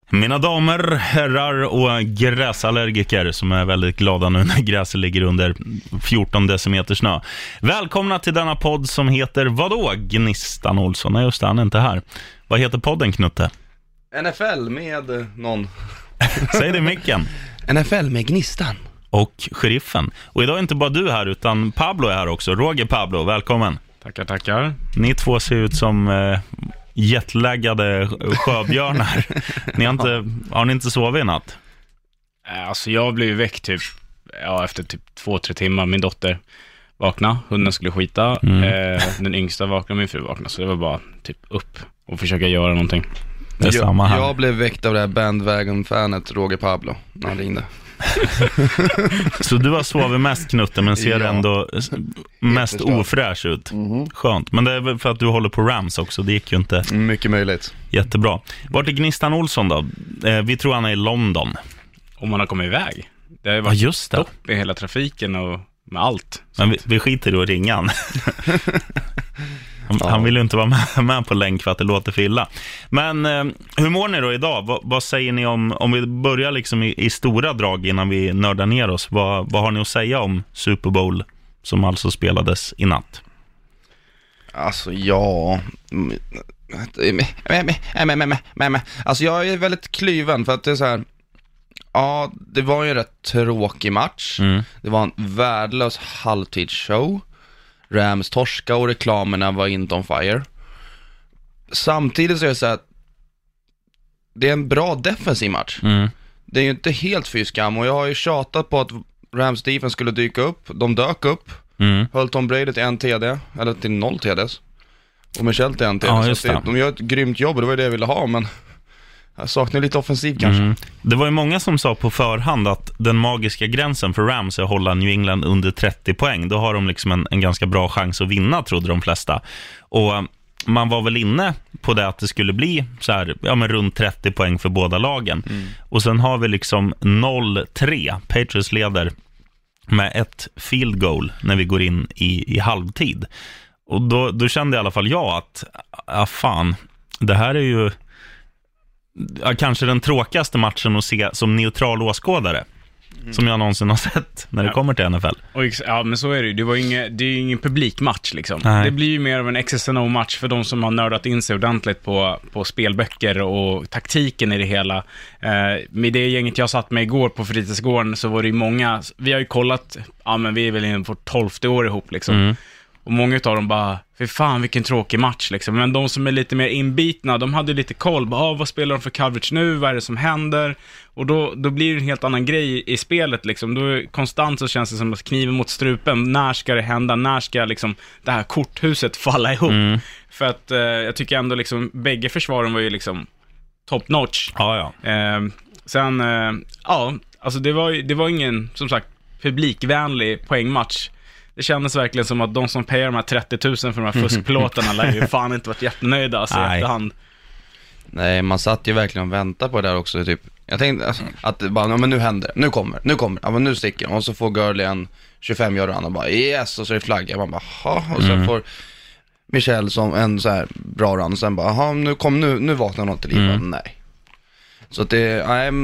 Mina damer, herrar och gräsallergiker som är väldigt glada nu när gräset ligger under 14 decimeter snö. Välkomna till denna podd som heter vadå? Gnistan Olsson. Nej, just det, han är inte här. Vad heter podden, Knutte? NFL med någon. Säg det, micken. NFL med Gnistan. Och sheriffen. Och idag är inte bara du här utan Pablo är här också. Roger Pablo, välkommen. Tackar. Ni två ser ut som jetlaggade sjöbjörnar. Har ni inte sovit i natt? Alltså jag blev väckt efter 2-3 timmar. Min dotter vaknade, hunden skulle skita. Den yngsta vaknade, min fru vaknade. Så det var bara upp och försöka göra någonting. Det är samma här. Jag blev väckt av det här bandwagon-fanet Roger Pablo när han ringde. Så du har sovit mest, Knutte, men ser ändå mest ofräsch ut. Skönt, men det är väl för att du håller på Rams också. Det gick ju inte mycket möjligt. Jättebra. Vart är Gnistan Olsson då? Vi tror han är i London. Om man har kommit iväg. Det har varit just det. Stopp i hela trafiken och med allt. Men vi skiter i att ringa han. Han vill ju inte vara med på länk för att det låter för illa. Men hur mår ni då idag? Vad säger ni om vi börjar liksom i stora drag innan vi nördar ner oss? Vad har ni att säga om Super Bowl som alltså spelades i natt? Alltså alltså jag är väldigt klyven för att det är så här. Ja, det var ju en rätt tråkig match. Det var en värdelös halvtidsshow. Rams torska och reklamerna var inte on fire. Samtidigt så är det så att det är en bra defensiv match. Det är ju inte helt fyskam. Och jag har ju tjatat på att Rams defense skulle dyka upp. De dök upp. Höll Tom Brady till 1 TD. Eller till 0 TDs. Och Michel till 1 TD. Ja, så de gör ett grymt jobb och det var det jag ville ha. Men jag saknar lite offensiv kanske. Det var ju många som sa på förhand att den magiska gränsen för Rams är att hålla New England under 30 poäng. Då har de liksom en ganska bra chans att vinna, trodde de flesta. Och man var väl inne på det att det skulle bli så här, men runt 30 poäng för båda lagen. Och sen har vi liksom 0-3. Patriots leder med ett field goal när vi går in i halvtid. Och då kände i alla fall jag att fan, det här är ju kanske den tråkigaste matchen att se som neutral åskådare som jag någonsin har sett när det kommer till NFL. Ja, men så är det ju. Det är ju ingen publikmatch liksom. Nej. Det blir ju mer av en XSNO-match för de som har nördat in sig ordentligt på spelböcker och taktiken i det hela. Med det gänget jag satt med igår på fritidsgården så var det ju många, vi har ju kollat, men vi är väl inne på 12:e år ihop liksom. Och många av dem bara, för fan vilken tråkig match liksom. Men de som är lite mer inbitna, de hade lite koll. Vad spelar de för coverage nu? Vad är det som händer? Och då blir det en helt annan grej i spelet liksom. Då konstant så känns det som att kniven mot strupen. När ska det hända? När ska liksom det här korthuset falla ihop? För att jag tycker ändå liksom bägge försvaren var ju liksom top notch. Alltså det var ingen, som sagt, publikvänlig poängmatch. Det kändes verkligen som att de som payar de här 30 000 för de här fuskplåtarna lär ju fan inte varit jättenöjda alltså, i efterhand. Nej, man satt ju verkligen och väntade på det där också typ. Jag tänkte alltså, att bara, men nu händer, nu kommer. Ja, men nu sticker de. Och så får Gurley en 25-göra och bara yes, och så är det flagga. Man bara, och sen får Michel som en så här bra run och sen bara, nu vaknar något till liv. Nej. Så att det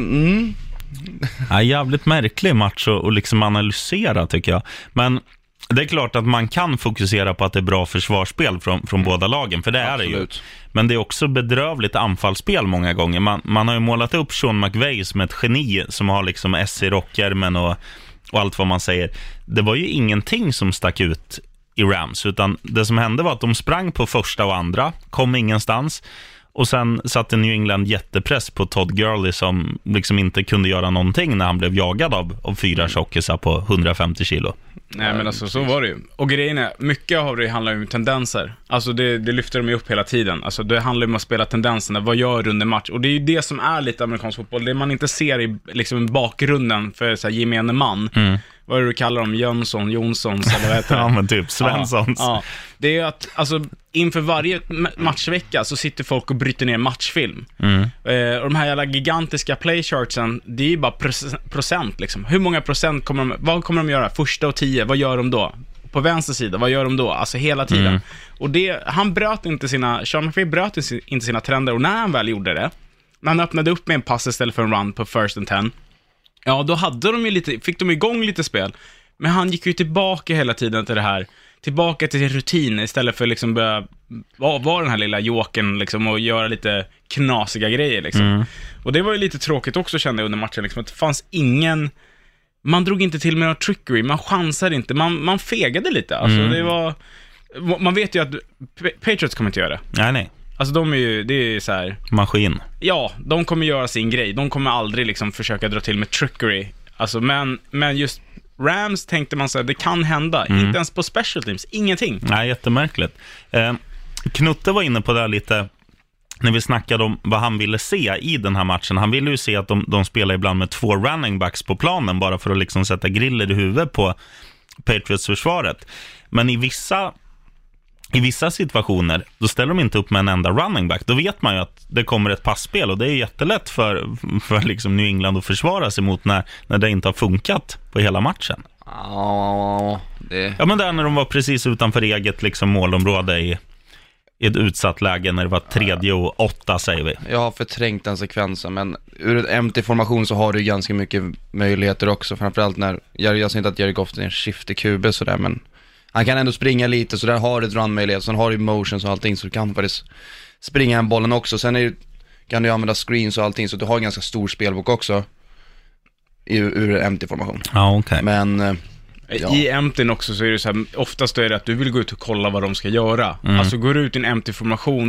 jävligt märklig match och liksom analysera tycker jag. Men det är klart att man kan fokusera på att det är bra försvarsspel från båda lagen, för det är det ju. Men det är också bedrövligt anfallsspel många gånger. Man har ju målat upp Sean McVay som ett geni som har liksom S i rockärmen och allt vad man säger. Det var ju ingenting som stack ut i Rams, utan det som hände var att de sprang på första och andra, kom ingenstans. Och sen satte New England jättepress på Todd Gurley som liksom inte kunde göra någonting när han blev jagad av 4 tjockisar på 150 kilo. Nej, men alltså så var det ju. Och grejen är, mycket av det handlar ju om tendenser. Alltså det lyfter de ju upp hela tiden. Alltså det handlar om att spela tendenserna. Vad gör du under match? Och det är ju det som är lite amerikansk fotboll. Det man inte ser i liksom bakgrunden för så här gemene man. Vad är det du kallar dem? Jonssons eller vad heter det? Ja, men typ Svenssons. Ja. Det är att, alltså, inför varje matchvecka så sitter folk och bryter ner matchfilm. Och de här jävla gigantiska playchartsen, det är ju bara procent liksom. Hur många procent vad kommer de göra? 1 och 10, vad gör de då? På vänster sida, vad gör de då? Alltså hela tiden. Och Sean McVay bröt inte sina trender. Och när han väl gjorde det, när han öppnade upp med en pass istället för en run på first and 10, ja, då hade de ju lite, fick de igång lite spel. Men han gick ju tillbaka hela tiden till det här, tillbaka till rutin istället för liksom börja vara den här lilla jokern liksom, och göra lite knasiga grejer liksom. Och det var ju lite tråkigt också, kände jag under matchen liksom, att det fanns ingen, man drog inte till med någon trickery, man chansade inte, man fegade lite. Alltså det var, man vet ju att Patriots kommer inte göra det. Nej. Alltså de är ju, det är så här, maskin. Ja, de kommer göra sin grej. De kommer aldrig liksom försöka dra till med trickery. Alltså, men just Rams tänkte man så här, det kan hända. Inte ens på special teams, ingenting. Nej, jättemärkligt. Knutte var inne på det lite när vi snackade om vad han ville se i den här matchen. Han ville ju se att de spelar ibland med 2 running backs på planen bara för att liksom sätta griller i huvudet på Patriots-försvaret. Men i vissa situationer, då ställer de inte upp med en enda running back. Då vet man ju att det kommer ett passspel, och det är jättelätt för liksom New England att försvara sig mot när det inte har funkat på hela matchen. Ja, Ja, men där när de var precis utanför eget liksom målområde i ett utsatt läge när det var 3:e och 8, säger vi. Jag har förträngt den sekvensen, men ur ett empty-formation så har du ganska mycket möjligheter också. Framförallt när, jag ser inte att Jared Goff är en shifty QB sådär, men han kan ändå springa lite, så där har du ett run-möjlighet. Sen har du motions och allting, så du kan faktiskt springa en bollen också. Sen kan du använda screens och allting, så du har en ganska stor spelbok också ur en empty-formation. Ja, okej. Men I emptyn också så är det så här, oftast är det att du vill gå ut och kolla vad de ska göra. Alltså går du ut i en empty-formation,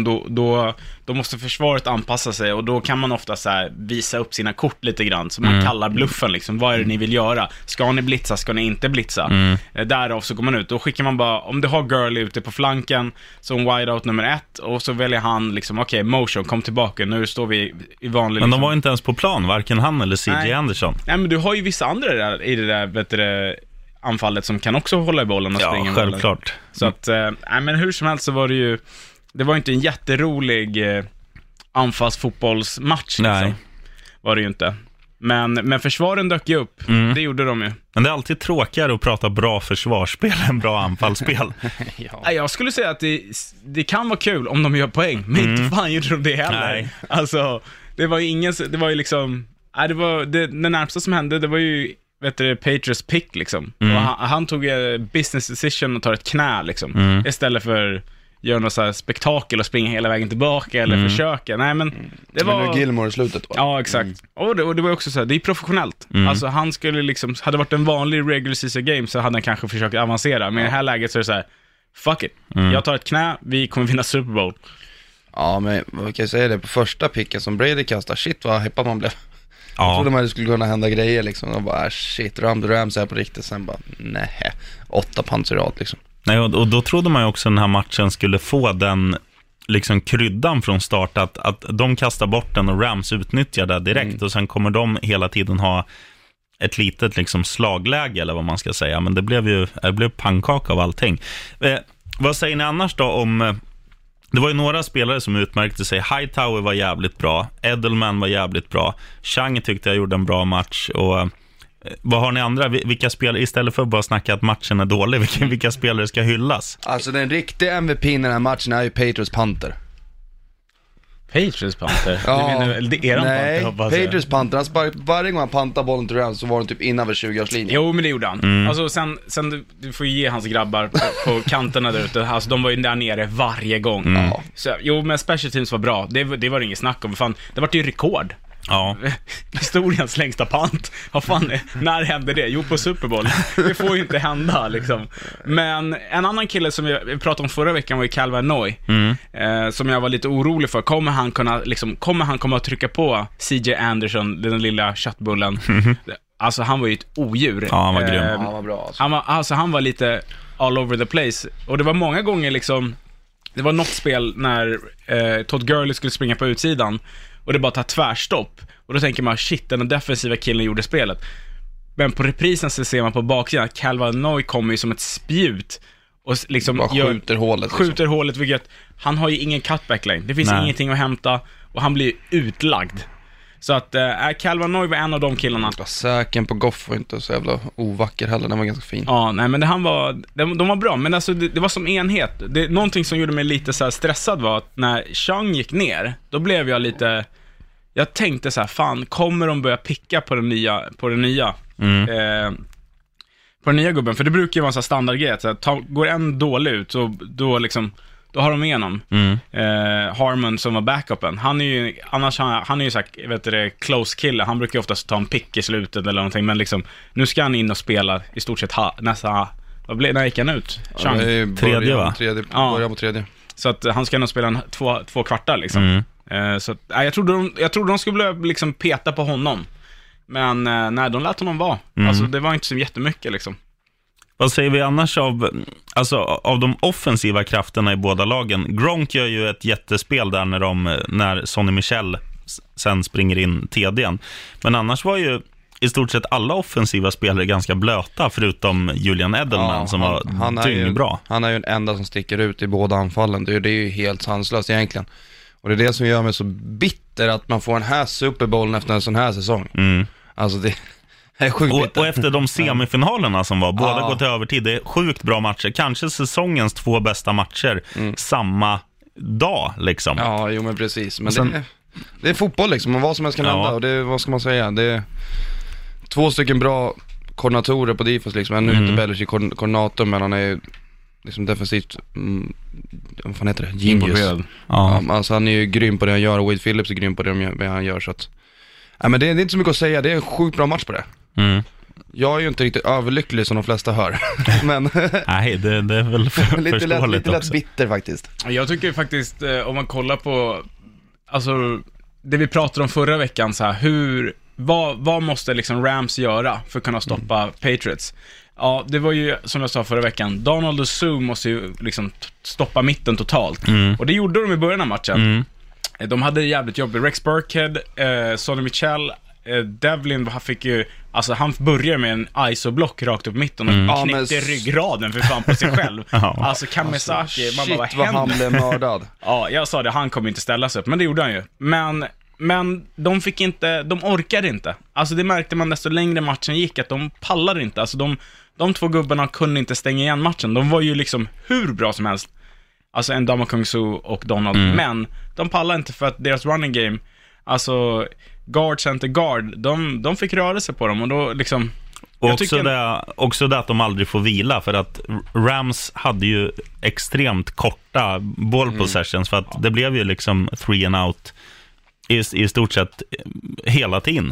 då måste försvaret anpassa sig, och då kan man ofta så här visa upp sina kort lite grann, så man kallar bluffen liksom. Vad är det ni vill göra? Ska ni blitza? Ska ni inte blitza? Därav så går man ut. Då skickar man bara, om du har Gurley ute på flanken som wideout nummer 1, och så väljer han liksom, okej, motion, kom tillbaka, nu står vi i vanlig. Men de liksom. var inte ens på plan, varken han eller CJ Anderson. Nej, men du har ju vissa andra där, i det där, vet du, anfallet som kan också hålla i bollen och springa. Ja, självklart. Så att, men hur som helst så var det var inte en jätterolig anfallsfotbollsmatch liksom. Nej. Var det ju inte. Men försvaren dök ju upp. Det gjorde de ju. Men det är alltid tråkigare att prata bra försvarsspel än bra anfallsspel. Ja. Jag skulle säga att det kan vara kul om de gör poäng, men inte fan gjorde de det heller. Nej. Alltså, det var ju liksom, det närmsta som hände, det var ju, vet du, Patriots pick liksom. Och han tog business decision och tar ett knä liksom. Istället för göra något så här spektakel och springa hela vägen tillbaka eller försöka. Nej, men det var... Men Gilmore i slutet, va? Ja, exakt. Och det var också så här, det är professionellt. Alltså han skulle liksom, hade varit en vanlig regular season game så hade han kanske försökt avancera. Men i det här läget så är det så här, fuck it. Jag tar ett knä, vi kommer vinna Super Bowl. Ja, men vad kan jag säga det? På första picken som Brady kastade, shit vad hypad man blev. Ja. Jag trodde man det skulle kunna hända grejer liksom. Och bara, shit, Rams är på riktigt. Sen bara, nej, 8 punts i rad liksom. Nej, och då trodde man ju också den här matchen skulle få den liksom kryddan från start, att de kastar bort den och Rams utnyttjar det direkt. Och sen kommer de hela tiden ha ett litet liksom slagläge, eller vad man ska säga. Men det blev pannkaka av allting. Vad säger ni annars då om... Det var ju några spelare som utmärkte sig. Hightower var jävligt bra. Edelman var jävligt bra. Chang tyckte jag gjorde en bra match. Och vad har ni andra? Vilka spelare, istället för att bara snacka att matchen är dålig, vilka spelare ska hyllas? Alltså den riktiga MVP i den här matchen är ju Patriots Panther. Patriots Panther? Ja, det är eran nej, Panther, hoppas jag. Patriots Panther, varje gång han pantar bollen till Rams så var den typ innanför 20-årslinjen. Jo, men det gjorde han. Alltså sen du får ju ge hans grabbar på kanterna där ute. Alltså de var ju där nere varje gång. Så, jo, men special teams var bra. Det var inget snack om. Fan, det var ju rekord. Ja. Historiens längsta pant. När hände det? Jo, på Super Bowl. Det får ju inte hända liksom. Men en annan kille som vi pratade om förra veckan var ju Calvin Noy. Som jag var lite orolig för. Kommer han komma att trycka på CJ Anderson, den lilla köttbullen? Alltså han var ju ett odjur. Ja, han var grym. Han var bra alltså. Han var lite all over the place. Och det var många gånger liksom, det var något spel när Todd Gurley skulle springa på utsidan och det bara tar tvärstopp. Och då tänker man, shit, den defensiva killen gjorde spelet. Men på reprisen så ser man på baksidan att Calvin Noy kommer ju som ett spjut och liksom bara skjuter hålet, vilket han har ju ingen cutback lane. Det finns ingenting att hämta och han blir utlagd. Så att Calvin Noy var en av de killarna. Säken på Goff var inte så jävla ovacker heller, den var ganska fin. Ja, nej, men de var bra, men alltså det var som enhet. Någonting som gjorde mig lite så här stressad var att när Chang gick ner, då blev jag lite... jag tänkte så här, fan, kommer de börja picka på den nya på den nya gubben? För det brukar ju vara en sån här standardgrej, så går en dålig ut, så då har de igenom. Harmon som var backupen. Han är ju annars han är ju så här, vet du, close kille. Han brukar ju oftast ta en pick i slutet eller någonting, men liksom nu ska han in och spela i stort sett nästan. När gick han ut? Tredje, va? Början på tredje. Så att han ska nog spela två kvartar liksom. Så att, jag trodde de skulle liksom peta på honom. Men nej, de lät honom vara. Alltså det var inte så jättemycket liksom. Vad säger vi annars av de offensiva krafterna i båda lagen? Gronk gör ju ett jättespel där när Sonny Michel sen springer in TD:n. Men annars var ju i stort sett alla offensiva spelare ganska blöta, förutom Julian Edelman som var dyngbra. Han är ju den enda som sticker ut i båda anfallen. Det är ju helt sanslöst egentligen. Och det är det som gör mig så bitter, att man får den här Super Bowlen efter en sån här säsong. Alltså det är sjukt bitter. Och efter de semifinalerna som var, båda går till övertid. Det är sjukt bra matcher. Kanske säsongens 2 bästa matcher samma dag liksom. Ja, jo men precis. Men sen, det är fotboll liksom, och vad som helst kan hända. Och det, vad ska man säga, det är 2 stycken bra koordinatorer på defense liksom. Nu är inte Belichick koordinator, men han är liksom defensivt vad fan heter det? Genius. Alltså han är ju grym på det han gör, och Wade Phillips är grym på det han gör, så att men det är inte så mycket att säga. Det är en sjukt bra match på det. Jag är ju inte riktigt överlycklig som de flesta hör. Men nej, det är väl lite lätt bitter faktiskt. Jag tycker faktiskt, om man kollar på alltså det vi pratade om förra veckan, så här, vad måste liksom Rams göra för att kunna stoppa Patriots? Ja, det var ju som jag sa förra veckan, Donald och Sue måste ju liksom stoppa mitten totalt. Och det gjorde de i början av matchen. De hade jävligt jobbigt. Rex Burkhead, Sonny Michel, Devlin fick ju, alltså han började med en ISO-block rakt upp mitten och knäckte ryggraden för fan på sig själv. Alltså Kamesaki, man bara, vad han blev mördad. Ja, jag sa det, han kommer inte ställa sig upp, men det gjorde han ju. Men de orkade inte. Alltså det märkte man desto längre matchen gick, att de pallade inte. Alltså de 2 gubbarna kunde inte stänga igen matchen. De var ju liksom hur bra som helst. Alltså en Ndamukong Suh och Donald. Men de pallade inte, för att deras running game, alltså guard, center, guard, de fick röra sig på dem. Och då liksom också det att de aldrig får vila, för att Rams hade ju extremt korta ball possessions, för att det blev ju liksom 3 and out i stort sett hela tiden.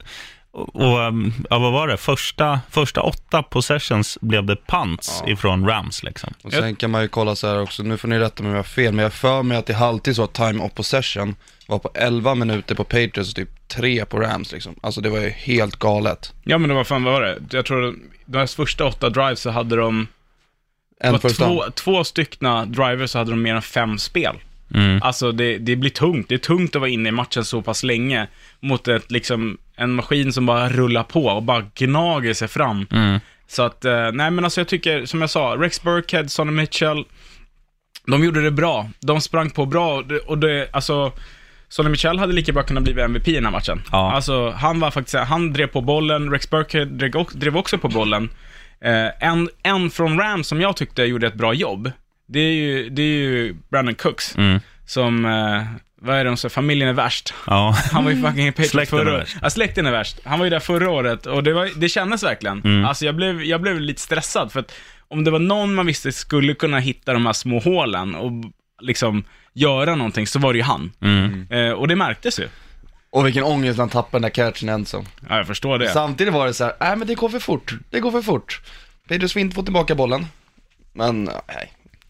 Vad var det? Första 8 possessions blev det punts ifrån Rams liksom. Och sen kan man ju kolla så här också, nu får ni rätta mig om jag har fel, men jag för mig att i halvtid så att time of possession var på 11 minuter på Patriots och typ 3 på Rams liksom. Alltså det var ju helt galet. Ja, men vad var det? Jag tror deras första 8 drives så hade de två styckna drivers, så hade de mer än 5 spel. Alltså det blir tungt. Det är tungt att vara inne i matchen så pass länge mot en maskin som bara rullar på och bara gnager sig fram. Så att, nej men alltså jag tycker, som jag sa, Rex Burkhead, Sonny Michel, de gjorde det bra. De sprang på bra, och det, alltså Sonny Michel hade lika bra kunnat bli MVP i den här matchen. Alltså han drev på bollen. Rex Burkhead drev också på bollen. En från Rams som jag tyckte gjorde ett bra jobb, det är ju Brandon Cooks som, vad är det de säger, familjen är värst. Han var ju fucking Patriot förra året. Ja, släkten är värst. Han var ju där förra året, och det kändes verkligen. Alltså jag blev lite stressad, för att om det var någon man visste skulle kunna hitta de här små hålen och liksom göra någonting, så var det ju han. Och det märktes ju. Och vilken ångest han tappade den där catchen ensam. Ja, jag förstår det. Samtidigt var det så här, men det går för fort. Patriots vill inte få tillbaka bollen. Men, nej.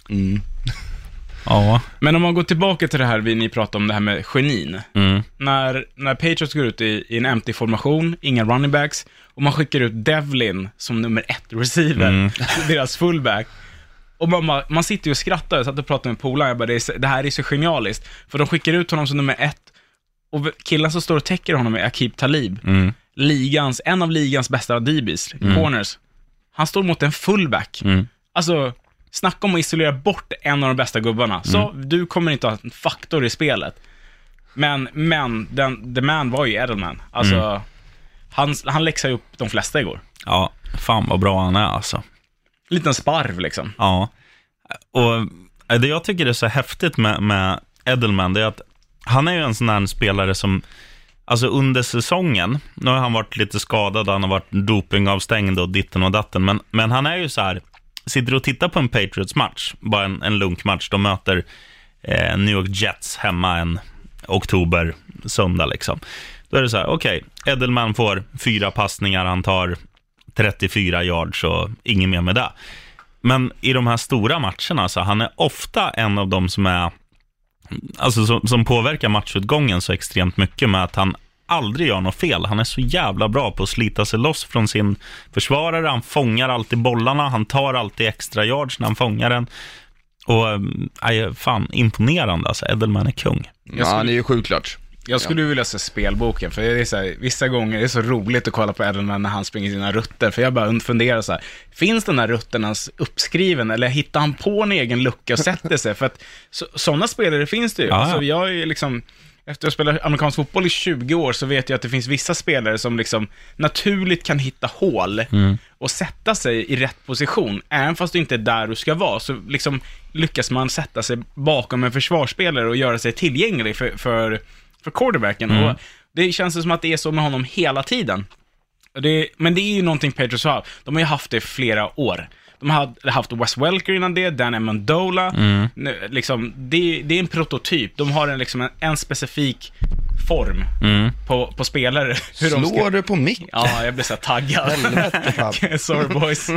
Ja. Men om man går tillbaka till det här ni pratade om, det här med genin. När Patriots går ut i en empty formation, inga running backs, och man skickar ut Devlin som nummer 1 receiver, deras fullback. Och man sitter ju och skrattar. Jag satt och pratade med polaren, jag bara, det här är så genialiskt. För de skickar ut honom som nummer 1, och killen som står och täcker honom är Aqib Talib, en av ligans bästa DBs, corners. Han står mot en fullback. Alltså, snacka om att isolera bort en av de bästa gubbarna. Så du kommer inte ha en faktor i spelet. Men the man var ju Edelman. Alltså, han läxade upp de flesta igår. Ja, fan vad bra han är alltså. Liten sparv liksom. Ja. Och det jag tycker är så häftigt med Edelman, det är att han är ju en sån här spelare som alltså under säsongen, nu har han varit lite skadad, han har varit dopingavstängd och ditten och datten, men han är ju så här, sitter och tittar på en Patriots-match, bara en lunkmatch, de möter New York Jets hemma en oktober söndag liksom. Då är det så här, okej, Edelman får 4 passningar, han tar 34 yards och inget mer med det. Men i de här stora matcherna så han är ofta en av dem som är, alltså som påverkar matchutgången så extremt mycket, med att han aldrig gör något fel. Han är så jävla bra på att slita sig loss från sin försvarare. Han fångar alltid bollarna, han tar alltid extra yards när han fångar den. Och fan, imponerande alltså. Edelman är kung. Ja, han är ju självklart. Jag skulle vilja se spelboken, för det är så här, vissa gånger är det så roligt att kolla på Edelman när han springer sina rutter, för jag bara funderar så här, finns den här rutternas uppskriven, eller hittar han på en egen lucka och sätter sig? För att sådana spelare finns det ju. Alltså, jag är liksom, efter att spela amerikansk fotboll i 20 år så vet jag att det finns vissa spelare som liksom naturligt kan hitta hål och sätta sig i rätt position, även fast det inte är där du ska vara, så liksom lyckas man sätta sig bakom en försvarsspelare och göra sig tillgänglig för quarterbacken. Och det känns som att det är så med honom hela tiden. Men det är ju någonting Patriots har. De har ju haft det flera år. De har haft Wes Welker innan det, Dan Amendola. Liksom, det är en prototyp. De har en specifik form på spelare. Hur Slår du på mick? Ja, jag blir så taggad. Sorry boys.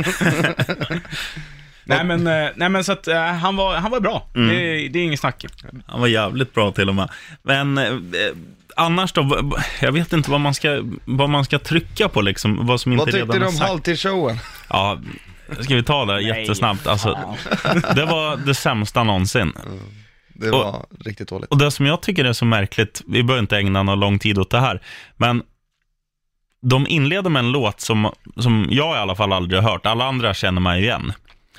Nej men så att han var bra. Det är ingen snack. Han var jävligt bra till och med. Men annars då, jag vet inte vad man ska trycka på liksom, vad som inte redan har sagt. Vad tyckte du om halvtidsshowen? Ja, ska vi ta det jättesnabbt? Alltså, det var det sämsta någonsin. Det var riktigt dåligt. Och det som jag tycker är så märkligt, vi behöver inte ägna någon lång tid åt det här, men de inleder med en låt som jag i alla fall aldrig har hört. Alla andra känner mig igen.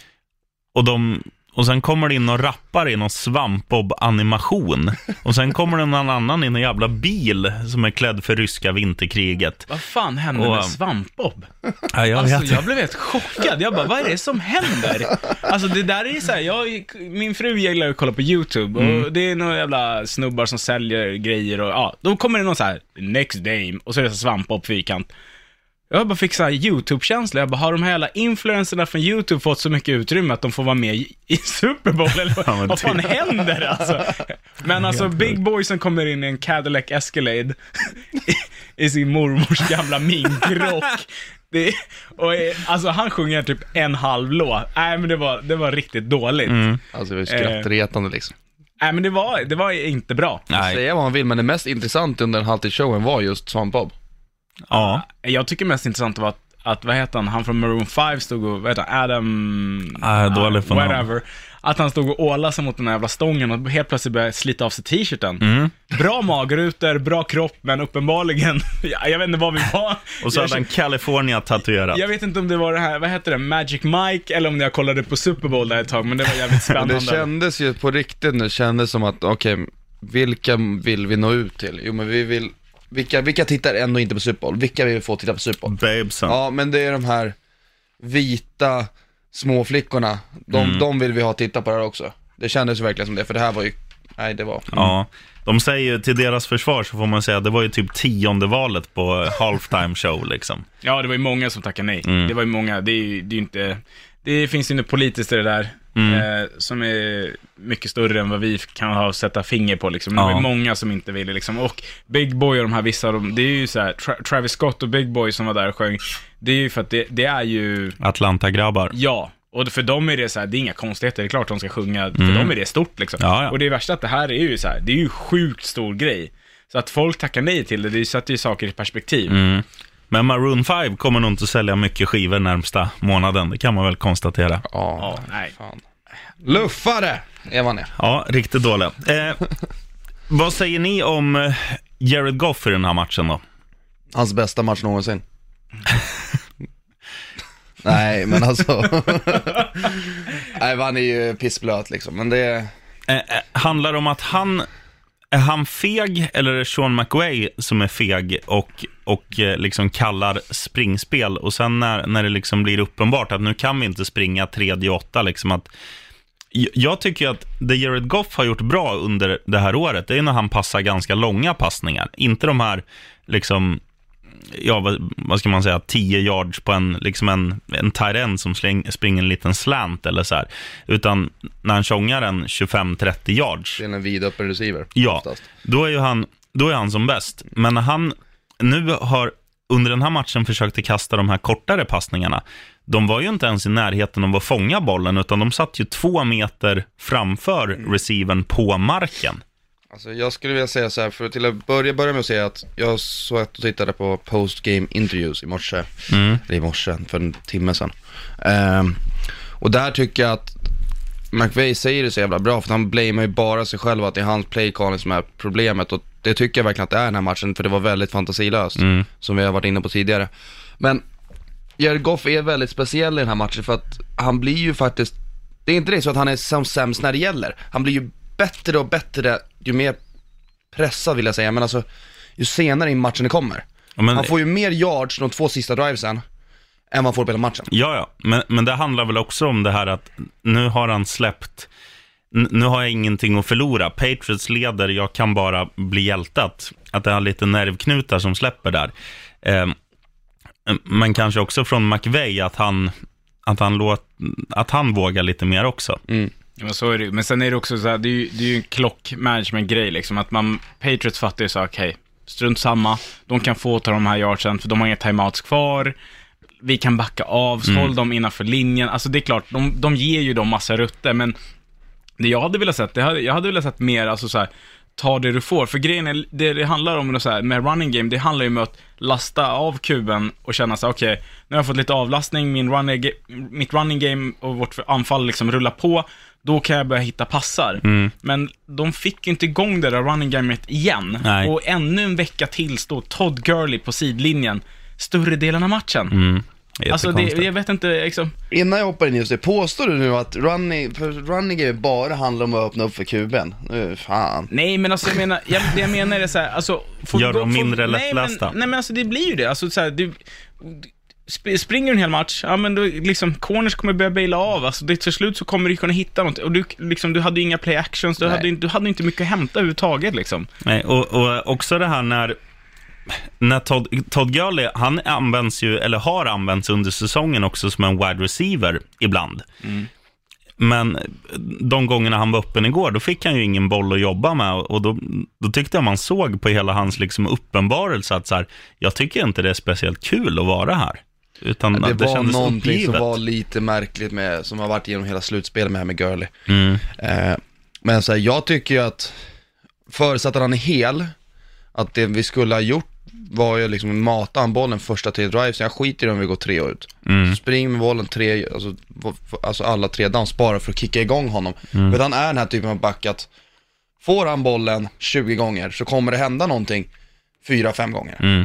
Och sen kommer det in och rappar i någon Svampbob-animation. Och sen kommer det någon annan i en jävla bil som är klädd för ryska vinterkriget. Vad fan hände med Svampbob? Ja, jag blev helt chockad. Jag bara, vad är det som händer? Alltså det där är så här, min fru gillar att kolla på YouTube. Och det är några jävla snubbar som säljer grejer. Och då kommer det någon så här, next game. Och så är det så Svampbob-fyrkant. Jag bara fick så här YouTube-känsla. Jag bara, har de här jävla influencerna från YouTube fått så mycket utrymme att de får vara med i Super Bowl? Eller vad fan händer alltså? Men alltså, Big Boy som kommer in i en Cadillac Escalade i sin mormors gamla minkrock. Alltså han sjunger typ en halv låt. Nej, men det var riktigt dåligt. Alltså det var skrattretande liksom. Nej, men det var inte bra. Säga vad man vill, men det mest intressant under den halvtidsshowen var just Svampbob. Ja. Jag tycker mest intressant var att vad heter han från Maroon 5 stod och, vad heter han, Adam whatever, att han stod och ålade sig mot den här jävla stången och helt plötsligt började slita av sig t-shirten. Bra magrutor, bra kropp, men uppenbarligen jag vet inte vad vi var. Och så hade han California tatuerat. Jag vet inte om det var det här, vad heter det, Magic Mike, eller om jag kollade på Super Bowl där ett tag, men det var jävligt spännande. Det kändes ju på riktigt nu, kändes som att okej, vilka vill vi nå ut till? Jo, men vi vill, vilka tittar ändå inte på Super Bowl? Vilka vill vi få titta på Super Bowl? Babesen. Ja, men det är de här vita småflickorna. De vill vi ha titta på det här också. Det kändes ju verkligen som det, för det här var ju, nej det var. Ja, de säger ju till deras försvar, så får man säga att det var ju typ 10:e valet på halftime show liksom. Ja, det var ju många som tackade nej. Det var ju många, det är ju inte, det finns ju något politiskt i det där. Som är mycket större än vad vi kan ha sätta finger på liksom. Det var många som inte ville liksom. Och Big Boy och de här vissa, det är ju så här, Travis Scott och Big Boy som var där och sjöng. Det är ju för att det är ju Atlanta-grabbar. Ja, och för dem är det så här, det är inga konstigheter. Det är klart de ska sjunga, för dem är det stort liksom. Och det är värsta att det här är ju så här, det är ju sjukt stor grej. Så att folk tackar nej till det sätter ju saker i perspektiv. Men Maroon 5 kommer nog inte sälja mycket skivor närmsta månaden. Det kan man väl konstatera. Ja, nej. Fan. Luffare är man. Ja, riktigt dåliga. Vad säger ni om Jared Goff i den här matchen då? Hans bästa match någonsin. Nej, men alltså nej, han är ju pissblöt liksom. Men det handlar om att är han feg, eller är det Sean McVay som är feg och liksom kallar springspel, och sen när det liksom blir uppenbart att nu kan vi inte springa 3-8 liksom, att Jag tycker att det Jared Goff har gjort bra under det här året, det är när han passar ganska långa passningar. Inte de här liksom, ja, vad ska man säga, 10 yards på en tight end som springer en liten slant eller så här, utan när han tjongar en 25-30 yards. Det är en vid öppen receiver. Ja, oftast. då är han som bäst. Men när han nu har under den här matchen försökte kasta de här kortare passningarna, de var ju inte ens i närheten av att fånga bollen, utan de satt ju 2 meter framför receivern på marken. Alltså jag skulle vilja säga så här, för till att börja med att säga att jag såg att du tittade på post-game interviews i morse, eller i morse, för en timme sedan. Och där tycker jag att McVay säger det så jävla bra, för han blamear ju bara sig själv att det är hans playcalling som är problemet, och det tycker jag verkligen att det är den här matchen, för det var väldigt fantasilöst, som vi har varit inne på tidigare. Men Jared Goff är väldigt speciell i den här matchen, för att han blir ju faktiskt, det är inte det så att han är som sämst när det gäller, han blir ju bättre och bättre ju mer pressad, vill jag säga, men alltså ju senare i matchen det kommer. Han får ju mer yards de 2 sista drivesen än man får på hela matchen. Ja, men det handlar väl också om det här att nu har han släppt, nu har jag ingenting att förlora. Patriots leder, jag kan bara bli hjältat. Att det har lite nervknutar som släpper där. Men kanske också från McVay att han vågar lite mer också. Ja, så är det. Men sen är det också så här, det är ju en klockmanagement-grej liksom, att Patriots fattar ju så, okej, strunt samma, de kan få ta de här yardsen för de har inga timeouts kvar, vi kan backa av, så håll dem innanför linjen. Alltså det är klart, de ger ju dem massa rutter, men det jag hade velat sett, jag hade velat sett mer, alltså så här, ta det du får, för grejen är, det handlar om så här, med running game, det handlar ju om att lasta av kuben och känna så, okej, nu har jag fått lite avlastning, mitt running game och vårt anfall liksom rullar på, då kan jag börja hitta passar. Men de fick ju inte igång det där running gamet igen. Nej. Och ännu en vecka till står Todd Gurley på sidlinjen större delen av matchen. Alltså jag vet inte liksom. Innan jag hoppar in just det, påstår du nu att running game bara handlar om att öppna upp för kuben? Fan. Nej, men alltså jag menar det så här, alltså gör dem mindre lättlästa. Nej men alltså det blir ju det. Alltså så här, du springer en hel match, ja men då liksom corners kommer börja baila av, alltså det till slut så kommer du kunna hitta något, och du hade ju inga play actions, du hade inte mycket att hämta överhuvudtaget liksom. Nej, och också det här när Todd Gurley, han används ju, eller har använts under säsongen också som en wide receiver ibland. Men de gångerna han var öppen igår, då fick han ju ingen boll att jobba med, och då tyckte jag man såg på hela hans liksom uppenbarelse att så här, jag tycker inte det är speciellt kul att vara här. Utan det var kändes någonting uppgivet. som var lite märkligt med, som har varit genom hela slutspelet med Gurley. Men så här, jag tycker ju att förutsatt att han är hel, att det vi skulle ha gjort var ju liksom mata han bollen första 3 drives. Jag skiter i om vi går 3 ut. Så spring med bollen 3, alltså alla 3 downs bara för att kicka igång honom. Men han är den här typen av back att får han bollen 20 gånger så kommer det hända någonting 4-5 gånger.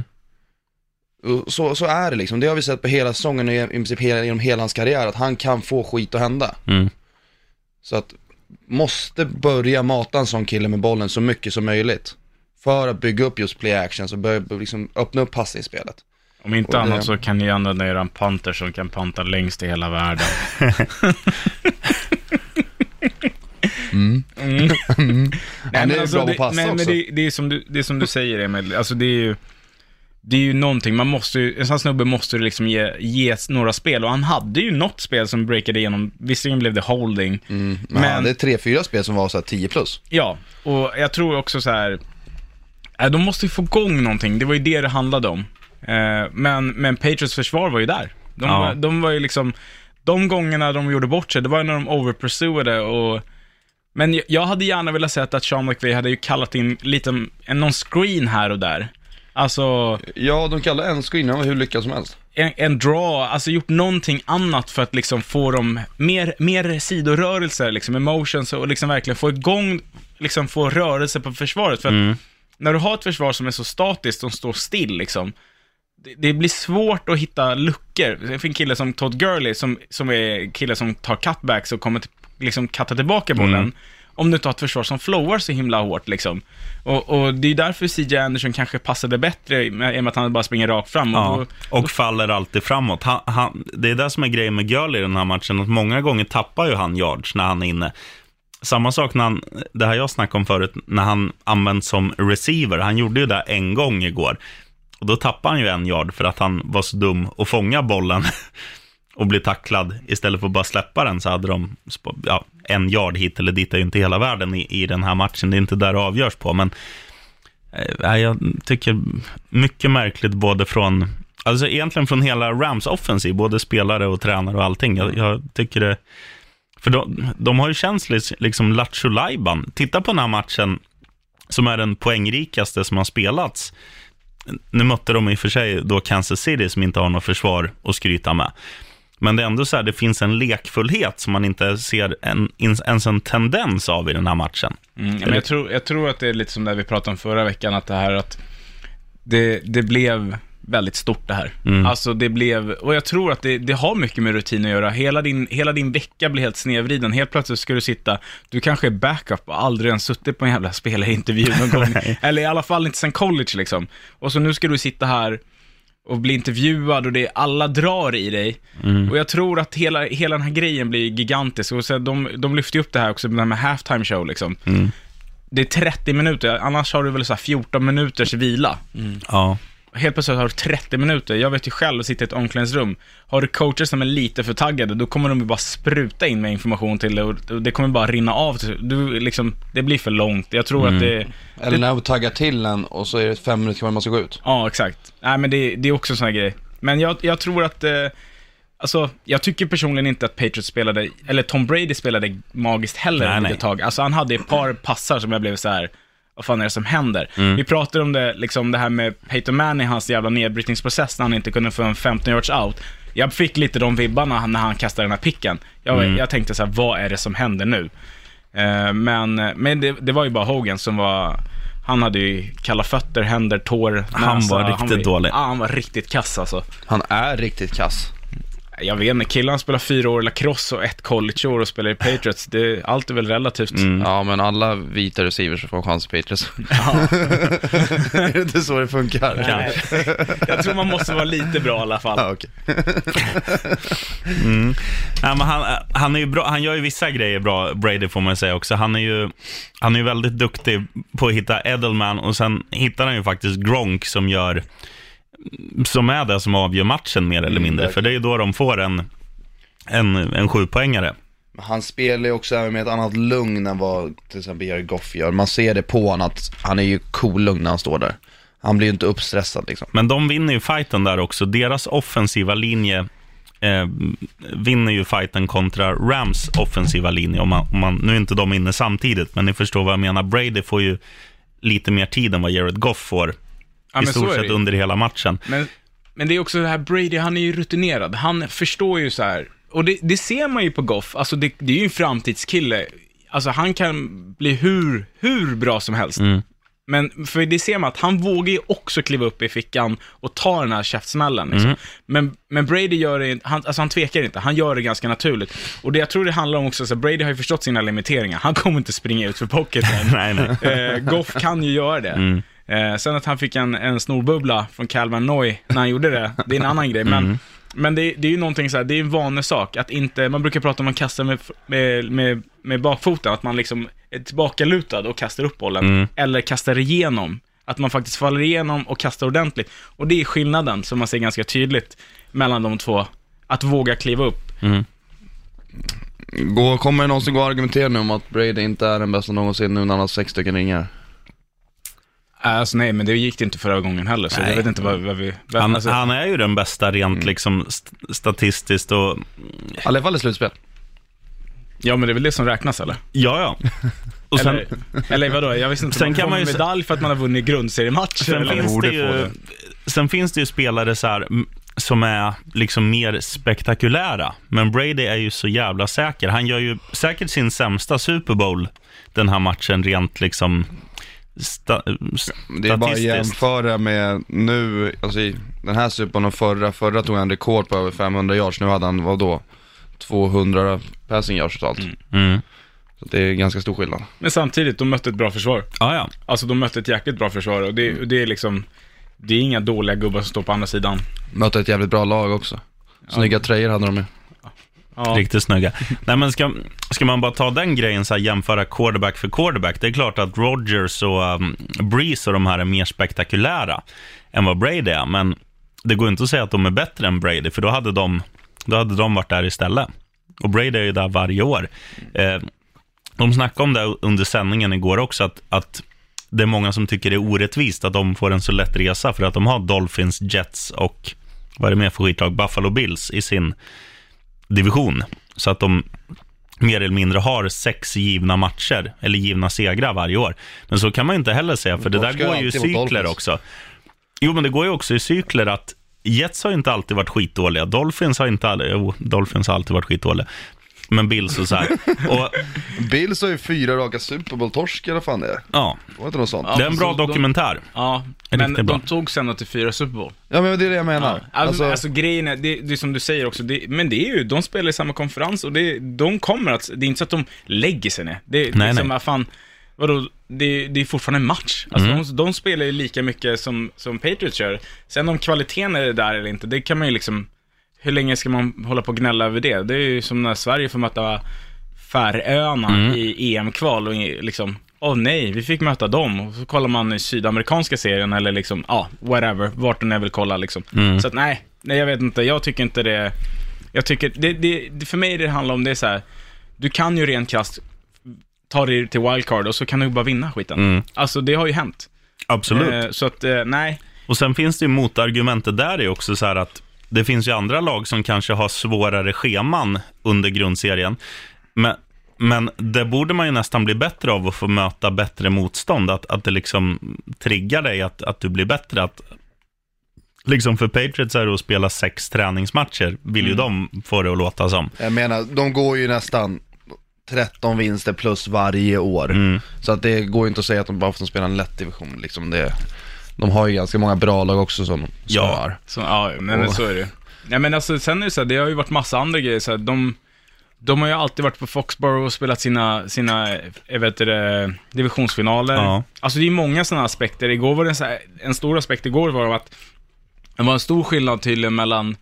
Så är det liksom. Det har vi sett på hela säsongen och i princip genom hela hans karriär, att han kan få skit att hända. Så att måste börja mata en sån kille med bollen så mycket som möjligt för att bygga upp just play action, så börja liksom öppna upp passningsspelet. Om inte annat så kan ni använda eran punter som kan panta längst i hela världen. Nej, men alltså, det är som du säger, Emil. Alltså det är ju någonting, man måste ju, en sån snubbe måste liksom ge några spel, och han hade ju något spel som breakade igenom, visserligen blev det holding. Men det är 3-4 spel som var så här 10+. Ja, och jag tror också så här, de måste ju få igång någonting, det var ju det handlade om. Men Patriots försvar var ju där. De var ju liksom, de gångerna de gjorde bort sig, det var ju när de overpursuade. Men jag hade gärna velat se att Sean McVay hade ju kallat in lite någon screen här och där. Alltså, ja, de kallar en screen, hur lyckas som helst. En draw, alltså gjort någonting annat för att liksom få dem mer sidorörelser, liksom emotions, och liksom verkligen få igång, liksom få rörelse på försvaret. För att när du har ett försvar som är så statiskt, som står still liksom, det blir svårt att hitta luckor. Det finns en kille som Todd Gurley som är kille som tar cutbacks och kommer liksom katta tillbaka bollen. om du inte har ett försvar som flowar så himla hårt liksom. Och det är därför CJ Anderson kanske passade bättre i och med att han bara springer rakt fram. Och faller alltid framåt. Det är det som är grejen med Gurley i den här matchen, att många gånger tappar ju han yards när han är inne. Samma sak när det här jag snackade om förut, när han används som receiver. Han gjorde ju det en gång igår. Och då tappade han ju 1 yard för att han var så dum att fånga bollen och bli tacklad. Istället för att bara släppa den så hade de 1 yard hit eller dit är ju inte hela världen i den här matchen. Det är inte där det avgörs på. Men jag tycker mycket märkligt både från, alltså egentligen från hela Rams offensiv, både spelare och tränare och allting. Jag tycker det, för de har ju känts liksom Lattjo Lajban. Titta på den här matchen som är den poängrikaste som har spelats. Nu mötte de i och för sig då Kansas City som inte har något försvar att skryta med. Men det är ändå så här, det finns en lekfullhet som man inte ser ens en tendens av i den här matchen. Men jag tror att det är lite som det vi pratade om förra veckan, att det här att det blev väldigt stort det här. Alltså det blev, och jag tror att det har mycket med rutin att göra. Hela din vecka blir helt snedvriden. Helt plötsligt ska du sitta, du kanske är backup och aldrig ens suttit på en jävla spelarintervju någon gång. Eller i alla fall inte sen college liksom. Och så nu ska du sitta här och bli intervjuad och alla drar i dig. Och jag tror att hela den här grejen blir gigantisk. Och så de lyfter upp det här också med halftime show liksom. Det är 30 minuter, annars har du väl så här 14 minuters vila. Ja. Helt plötsligt har du 30 minuter. Jag vet ju själv att sitta i ett omklädningsrum. Har du coacher som är lite för taggade, då kommer de ju bara spruta in med information till dig och det kommer bara rinna av. Det blir för långt. Jag tror att det... Eller när du taggar till en och så är det 5 minuter kvar man måste gå ut. Ja, exakt. Nej, men det är också en sån här grej. Men jag tror att... Alltså, jag tycker personligen inte att Patriots spelade, eller Tom Brady spelade magiskt heller ett tag. Alltså, han hade ett par passar som jag blev så här... Vad fan är det som händer? Vi pratade om det, liksom det här med Peyton Manning, hans jävla nedbrytningsprocess när han inte kunde få en 15 yards out. Jag fick lite de vibbarna när han kastade den här picken. Jag tänkte så här, vad är det som händer nu? Men det var ju bara Hogan som var... Han hade ju kalla fötter, händer, tår, näsa. Han var riktigt dålig. Ja, han var riktigt kass alltså. Han är riktigt kass. Jag vet inte, killarna spelar 4 år lacrosse och 1 collegeår och spelar i Patriots. Allt är väl relativt. Ja, men alla vita receivers får chans i Patriots. Är det inte så det funkar? Nej, jag tror man måste vara lite bra i alla fall. Ja, okay. Ja, men han är ju bra. Han gör ju vissa grejer bra, Brady får man säga också. Han är ju väldigt duktig på att hitta Edelman, och sen hittar han ju faktiskt Gronk som är det som avgör matchen mer eller mindre. För det är ju då de får en 7-poängare. Han spelar ju också med ett annat lugn än vad till exempel Jared Goff gör. Man ser det på honom att han är ju cool lugn när han står där. Han blir ju inte uppstressad liksom. Men de vinner ju fighten där också. Deras offensiva linje vinner ju fighten kontra Rams offensiva linje. Om man, nu är inte de inne samtidigt, men ni förstår vad jag menar. Brady får ju lite mer tid än vad Jared Goff får. Ja, i stort sett under hela matchen. Men det är också det här, Brady, han är ju rutinerad. Han förstår ju så här. Och det ser man ju på Goff. Alltså det är ju en framtidskille. Alltså han kan bli hur bra som helst. Men för det ser man att han vågar ju också kliva upp i fickan och ta den här käftsmällen liksom. Men Brady gör det, han tvekar inte. Han gör det ganska naturligt. Och det jag tror det handlar om också, så Brady har ju förstått sina limiteringar. Han kommer inte springa ut för pocketen. Nej. Goff kan ju göra det. Sen att han fick en snorbubbla från Calvin Noy när han gjorde det, det är en annan grej. Men det är ju någonting så här, det är en vanlig sak att inte, man brukar prata om att kasta med bakfoten, att man liksom är tillbakalutad och kastar upp bollen, eller kastar igenom, att man faktiskt faller igenom och kastar ordentligt. Och det är skillnaden som man ser ganska tydligt mellan de två, att våga kliva upp. Kommer det någonsin gå att argumentera nu om att Brady inte är den bästa någonsin nu när han har 6 stycken ringar? Alltså nej, men det gick det inte förra gången heller, så jag vet inte vad vi... Han är ju den bästa rent liksom statistiskt och... I alla fall i slutspel. Ja, men det är väl det som räknas, eller? Ja. Och sen, eller vadå? Jag visste inte, sen kan man ju medalj för att man har vunnit grundseriematch. Sen finns det ju spelare så här som är liksom mer spektakulära. Men Brady är ju så jävla säker. Han gör ju säkert sin sämsta Super Bowl den här matchen rent liksom... Det är bara att jämföra med nu, alltså i den här Super Bowl och förra tog han rekord på över 500 yards. Nu hade han, 200 passing yards totalt. Så det är ganska stor skillnad. Men samtidigt, de mötte ett bra försvar. Ja. Alltså de mötte ett jäkligt bra försvar. Och det är liksom, det är inga dåliga gubbar som står på andra sidan. Mötte ett jävligt bra lag också. Snygga tröjor hade de med. Ja. Riktigt snygga. Nej, men ska man bara ta den grejen så här, jämföra quarterback för quarterback. Det är klart att Rodgers och Breeze och de här är mer spektakulära än vad Brady är. Men det går inte att säga att de är bättre än Brady, för då hade de varit där istället. Och Brady är ju där varje år. De snackade om det under sändningen igår också, att det är många som tycker det är orättvist att de får en så lätt resa för att de har Dolphins, Jets och vad är det mer för skitlag? Buffalo Bills i sin division. Så att de mer eller mindre har 6 givna matcher eller givna segrar varje år. Men så kan man inte heller säga, för det där går ju i cykler också. Jo, men det går ju också i cykler att Jets har inte alltid varit skitdåliga. Dolphins har alltid varit skitdåliga. Men Bills och så här. Och Bills har ju 4 raka Super Bowl-torsk i alla fall det. Ja. Det var inte något sånt. Det är en bra dokumentär. Men de tog sen till 4 Super Bowl. Ja, men det är det jag menar. Ja. Alltså grejen är, det är som du säger också, men det är ju, de spelar i samma konferens och de kommer att, det är inte så att de lägger sig ner. Det är liksom, fan, vadå, det är fortfarande en match. Alltså de spelar ju lika mycket som Patriots gör. Sen om kvaliteten är där eller inte, det kan man ju liksom, hur länge ska man hålla på och gnälla över det? Det är ju som när Sverige får möta Färöarna i EM-kval och liksom, nej, vi fick möta dem. Och så kollar man i sydamerikanska serien eller liksom, whatever, vart den är vill kolla liksom. Så att nej, jag vet inte, jag tycker inte det. Jag tycker, det för mig det handlar om det är så här, du kan ju rent krasst ta dig till wildcard och så kan du bara vinna skiten. Alltså det har ju hänt. Absolut. Så att, nej. Och sen finns det ju motargumentet där är också så här att det finns ju andra lag som kanske har svårare scheman under grundserien. Men det borde man ju nästan bli bättre av att få möta bättre motstånd. Att det liksom triggar dig att du blir bättre. Att, liksom för Patriots är det att spela 6 träningsmatcher. Vill ju de få det att låta som. Jag menar, de går ju nästan 13 vinster plus varje år. Så att det går ju inte att säga att de bara får spela en lätt division. Liksom de har ju ganska många bra lag också som har. Men så är det. Ja, men alltså, sen är det så här, det har ju varit massa andra grejer. Så här, de har ju alltid varit på Foxborough och spelat sina divisionsfinaler. Ja. Alltså det är många sådana aspekter. Igår var det en stor aspekt igår var att det var en stor skillnad tydligen mellan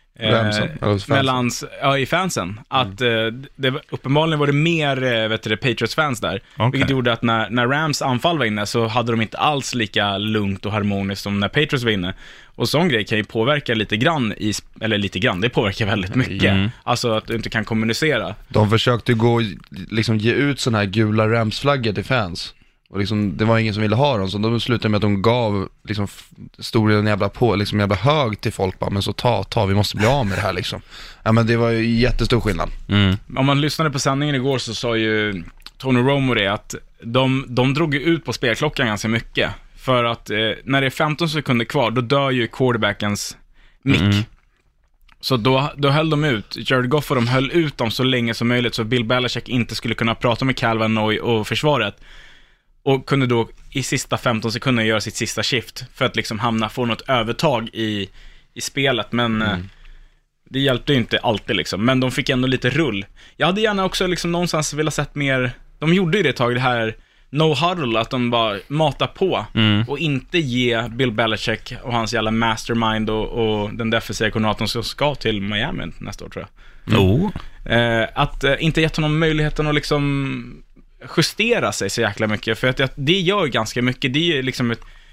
i fansen. Att uppenbarligen var det mer Patriots-fans där. Vilket gjorde att när Rams anfall var inne så hade de inte alls lika lugnt och harmoniskt som när Patriots var inne. Och sån grej kan ju påverka lite grann, det påverkar väldigt mycket. Alltså att du inte kan kommunicera. De försökte liksom ge ut såna här gula Rams-flaggor till fans. Och liksom, det var ingen som ville ha dem, så de slutade med att de gav liksom stor jävla hög till folk bara, men så ta, vi måste bli av med det här liksom. Ja, men det var ju jättestor skillnad. Om man lyssnade på sändningen igår så sa ju Tony Romo det att de drog ut på spelklockan ganska mycket. För att när det är 15 sekunder kvar, då dör ju quarterbackens mick. Så då höll de ut, Jared Goff och de höll ut dem så länge som möjligt så Bill Belichick inte skulle kunna prata med Calvin Noy och försvaret. Och kunde då i sista 15 sekunder göra sitt sista shift för att liksom få något övertag i spelet. Men det hjälpte ju inte alltid liksom. Men de fick ändå lite rull. Jag hade gärna också liksom någonstans velat sett mer. De gjorde ju det tag, det här no huddle, att de bara matar på och inte ge Bill Belichick och hans jävla mastermind och den defensiva koordinatorn som ska till Miami nästa år, tror jag. Att inte gett honom möjligheten att liksom justera sig så jäkla mycket, för att det gör ju ganska mycket. Det är liksom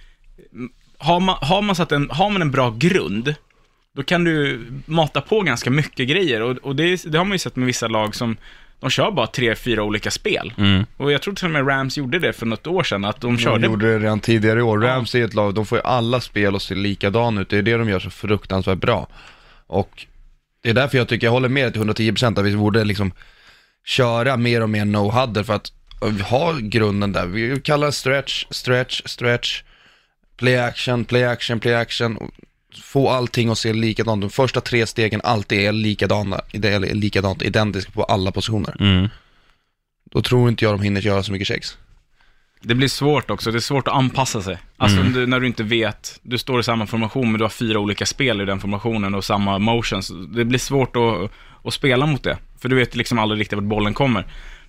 har man en bra grund, då kan du mata på ganska mycket grejer och det har man ju sett med vissa lag som de kör bara 3-4 olika spel. Och jag tror till och med Rams gjorde det för något år sedan, att de gjorde det redan tidigare i år. Rams är ett lag, de får ju alla spel och se likadan ut. Det är det de gör så fruktansvärt bra. Och det är därför jag tycker jag håller med till 110% att vi borde liksom köra mer och mer no-huddle, för att vi har grunden där. Vi kallar stretch, play action, få allting att se likadant. De första 3 stegen alltid är likadant, identiska på alla positioner. Då tror inte jag de hinner göra så mycket checks. Det blir svårt också, det är svårt att anpassa sig. Alltså när du inte vet, du står i samma formation men du har 4 olika spel i den formationen och samma motions. Det blir svårt att spela mot det, för du vet liksom aldrig riktigt vart bollen kommer.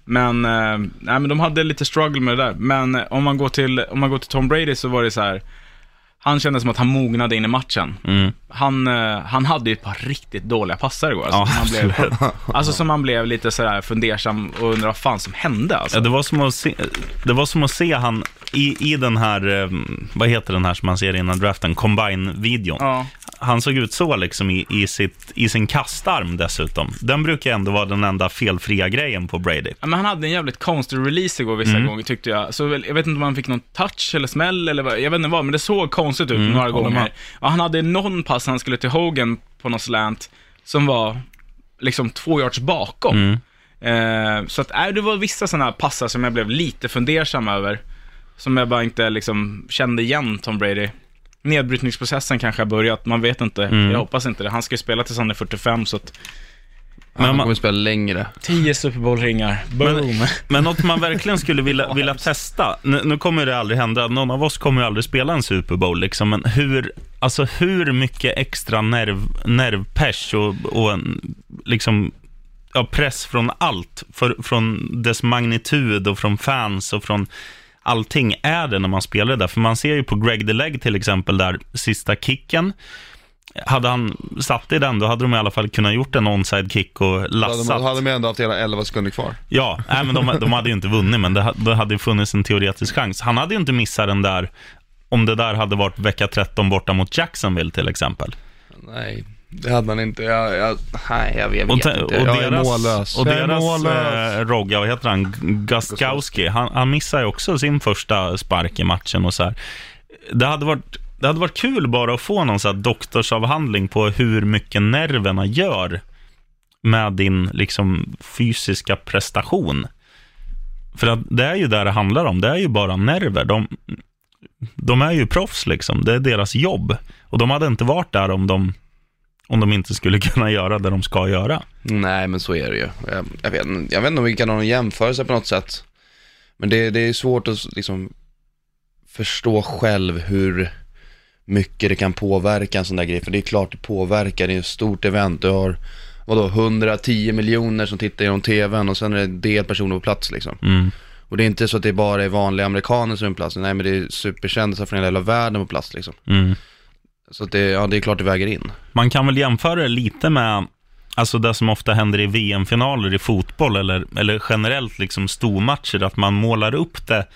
Men, nej, men de hade lite struggle med det där. Men om man går till Tom Brady så var det så här. Han kände som att han mognade in i matchen. Han hade ju ett par riktigt dåliga passar igår. Alltså, som man blev lite sådär fundersam och undrar vad fan som hände. Alltså. Ja, det var som att se han i den här, vad heter den här som man ser innan draften, Combine-videon. Ja. Han såg ut så liksom i sin kastarm dessutom. Den brukar ändå vara den enda felfria grejen på Brady. Ja, men han hade en jävligt konstig release igår vissa gånger tyckte jag. Så jag vet inte om han fick någon touch eller smäll eller vad, jag vet inte vad, men det såg konstigt ut några gånger. Och han hade någon pass han skulle till Hogan på någon slant som var liksom 2 yards bakom. Så att det var vissa sådana passar som jag blev lite fundersam över. Som jag bara inte liksom kände igen Tom Brady. Nedbrytningsprocessen kanske har börjat, man vet inte. Jag hoppas inte det. Han ska ju spela tills han är 45 så att han kommer spela längre. 10 Super Bowl-ringar. Boom. Men något man verkligen skulle vilja testa. Nu kommer det aldrig hända. Någon av oss kommer ju aldrig spela en Super Bowl liksom. Men hur mycket extra nervpers och liksom press från allt från dess magnitud och från fans och från allting är det när man spelar det där. För man ser ju på Greg DeLeg till exempel där sista kicken. Hade han satt i den, då hade de i alla fall kunnat gjort en onside kick och lassat. Hade de ändå haft hela 11 sekunder kvar. Ja, men de hade ju inte vunnit, men det hade ju funnits en teoretisk chans. Han hade ju inte missat den där om det där hade varit vecka 13 borta mot Jacksonville till exempel. Nej, det hade man inte. Jag vet inte. Och deras Rogga, vad heter han? Gostkowski. Han missar ju också sin första spark i matchen och så här. Det hade varit kul bara att få någon så här doktorsavhandling på hur mycket nerverna gör med din liksom fysiska prestation. För att det är ju där det handlar om. Det är ju bara nerver. De är ju proffs liksom. Det är deras jobb. Och de hade inte varit där om de inte skulle kunna göra det de ska göra. Nej, men så är det ju. Jag vet inte om vi kan ha någon jämförelse på något sätt. Men det är svårt att liksom förstå själv hur mycket det kan påverka en sån där grej. För det är klart det påverkar. Det är ett stort event. Du har 110 miljoner som tittar genom tvn och sen är det en del personer på plats liksom. Och det är inte så att det bara är vanliga amerikaner som är på plats. Nej, men det är superkändisar från hela världen på plats liksom. Så att det är klart det väger in. Man kan väl jämföra det lite med alltså det som ofta händer i VM-finaler i fotboll eller generellt liksom stormatcher, att man målar upp det.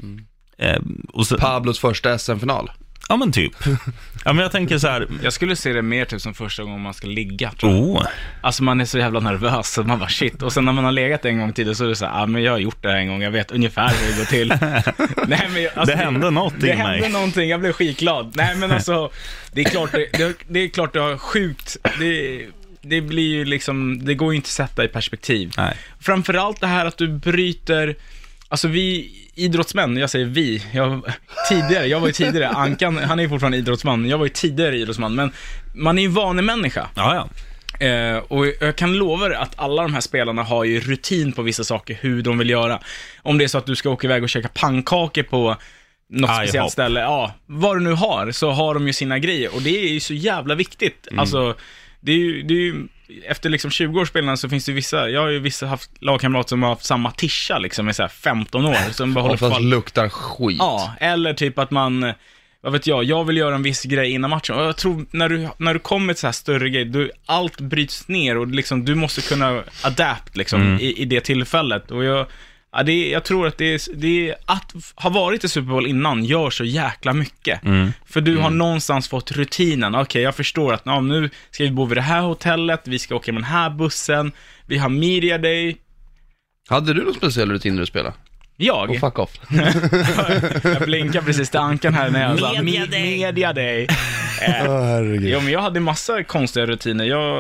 Och så, Pablos första SM-final. Ja, men typ. Ja, men jag tänker så här. Jag skulle se det mer typ som första gången man ska ligga, tror jag. Alltså man är så jävla nervös så man bara shit. Och sen när man har legat en gång tidigare så är det så här, men jag har gjort det här en gång. Jag vet ungefär hur det går till. Nej, men alltså, det hände något i mig. Det hände någonting, jag blev skitglad. Nej, men alltså, det är klart det har sjukt. Det blir ju liksom, det går ju inte att sätta i perspektiv. Nej. Framförallt det här att du bryter, alltså vi idrottsmän, jag säger vi, jag var ju tidigare, Ankan, han är ju fortfarande idrottsman, jag var ju tidigare idrottsman, men man är ju vanemänniska. Ja. Och jag kan lova att alla de här spelarna har ju rutin på vissa saker, hur de vill göra. Om det är så att du ska åka iväg och käka pannkakor på något speciellt ställe, vad du nu har, så har de ju sina grejer. Och det är ju så jävla viktigt. Alltså, det är ju efter liksom 20 års spelande så finns det vissa, jag har ju haft lagkamrater som har haft samma tischa liksom i så här 15 år som bara håller fast luktar skit. Ja, eller typ att man, vad vet jag vill göra en viss grej innan matchen. Och jag tror när du kommer till så här större grej, allt bryts ner och liksom du måste kunna adapt liksom i det tillfället. Och jag tror att det att ha varit i Super Bowl innan gör så jäkla mycket. För du har någonstans fått rutinen. Okej, jag förstår att nu ska vi bo vid det här hotellet, vi ska åka med den här bussen, vi har media day. Hade du någon speciell rutin när du spelade? Jag? Oh, fuck off. Jag blinkar precis till Ankan här när jag sa media day. Jo, men jag hade massa konstiga rutiner.